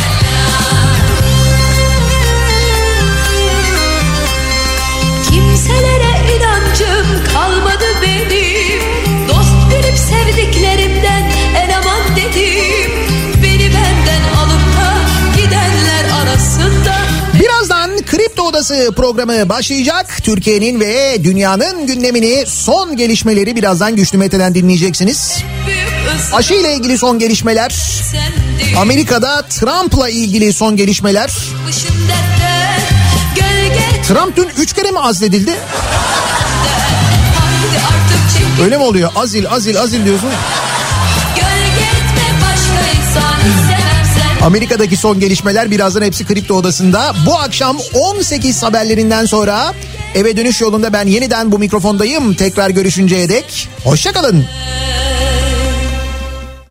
Kimselere inancım kalmadı benim. Dost bilip sevdiklerimden en aman dedim. Beni benden alıp da gidenler arasında. Birazdan Kripto Odası programı başlayacak. Türkiye'nin ve dünyanın gündemini, son gelişmeleri birazdan Güçlü Mete'den dinleyeceksiniz. Aşı ile ilgili son gelişmeler, Amerika'da Trump'la ilgili son gelişmeler. Trump dün 3 kere mi azledildi? Öyle mi oluyor? Azil diyorsun. Amerika'daki son gelişmeler birazdan hepsi Kripto Odası'nda. Bu akşam 18 haberlerinden sonra eve dönüş yolunda ben yeniden bu mikrofondayım. Tekrar görüşünceye dek hoşça kalın.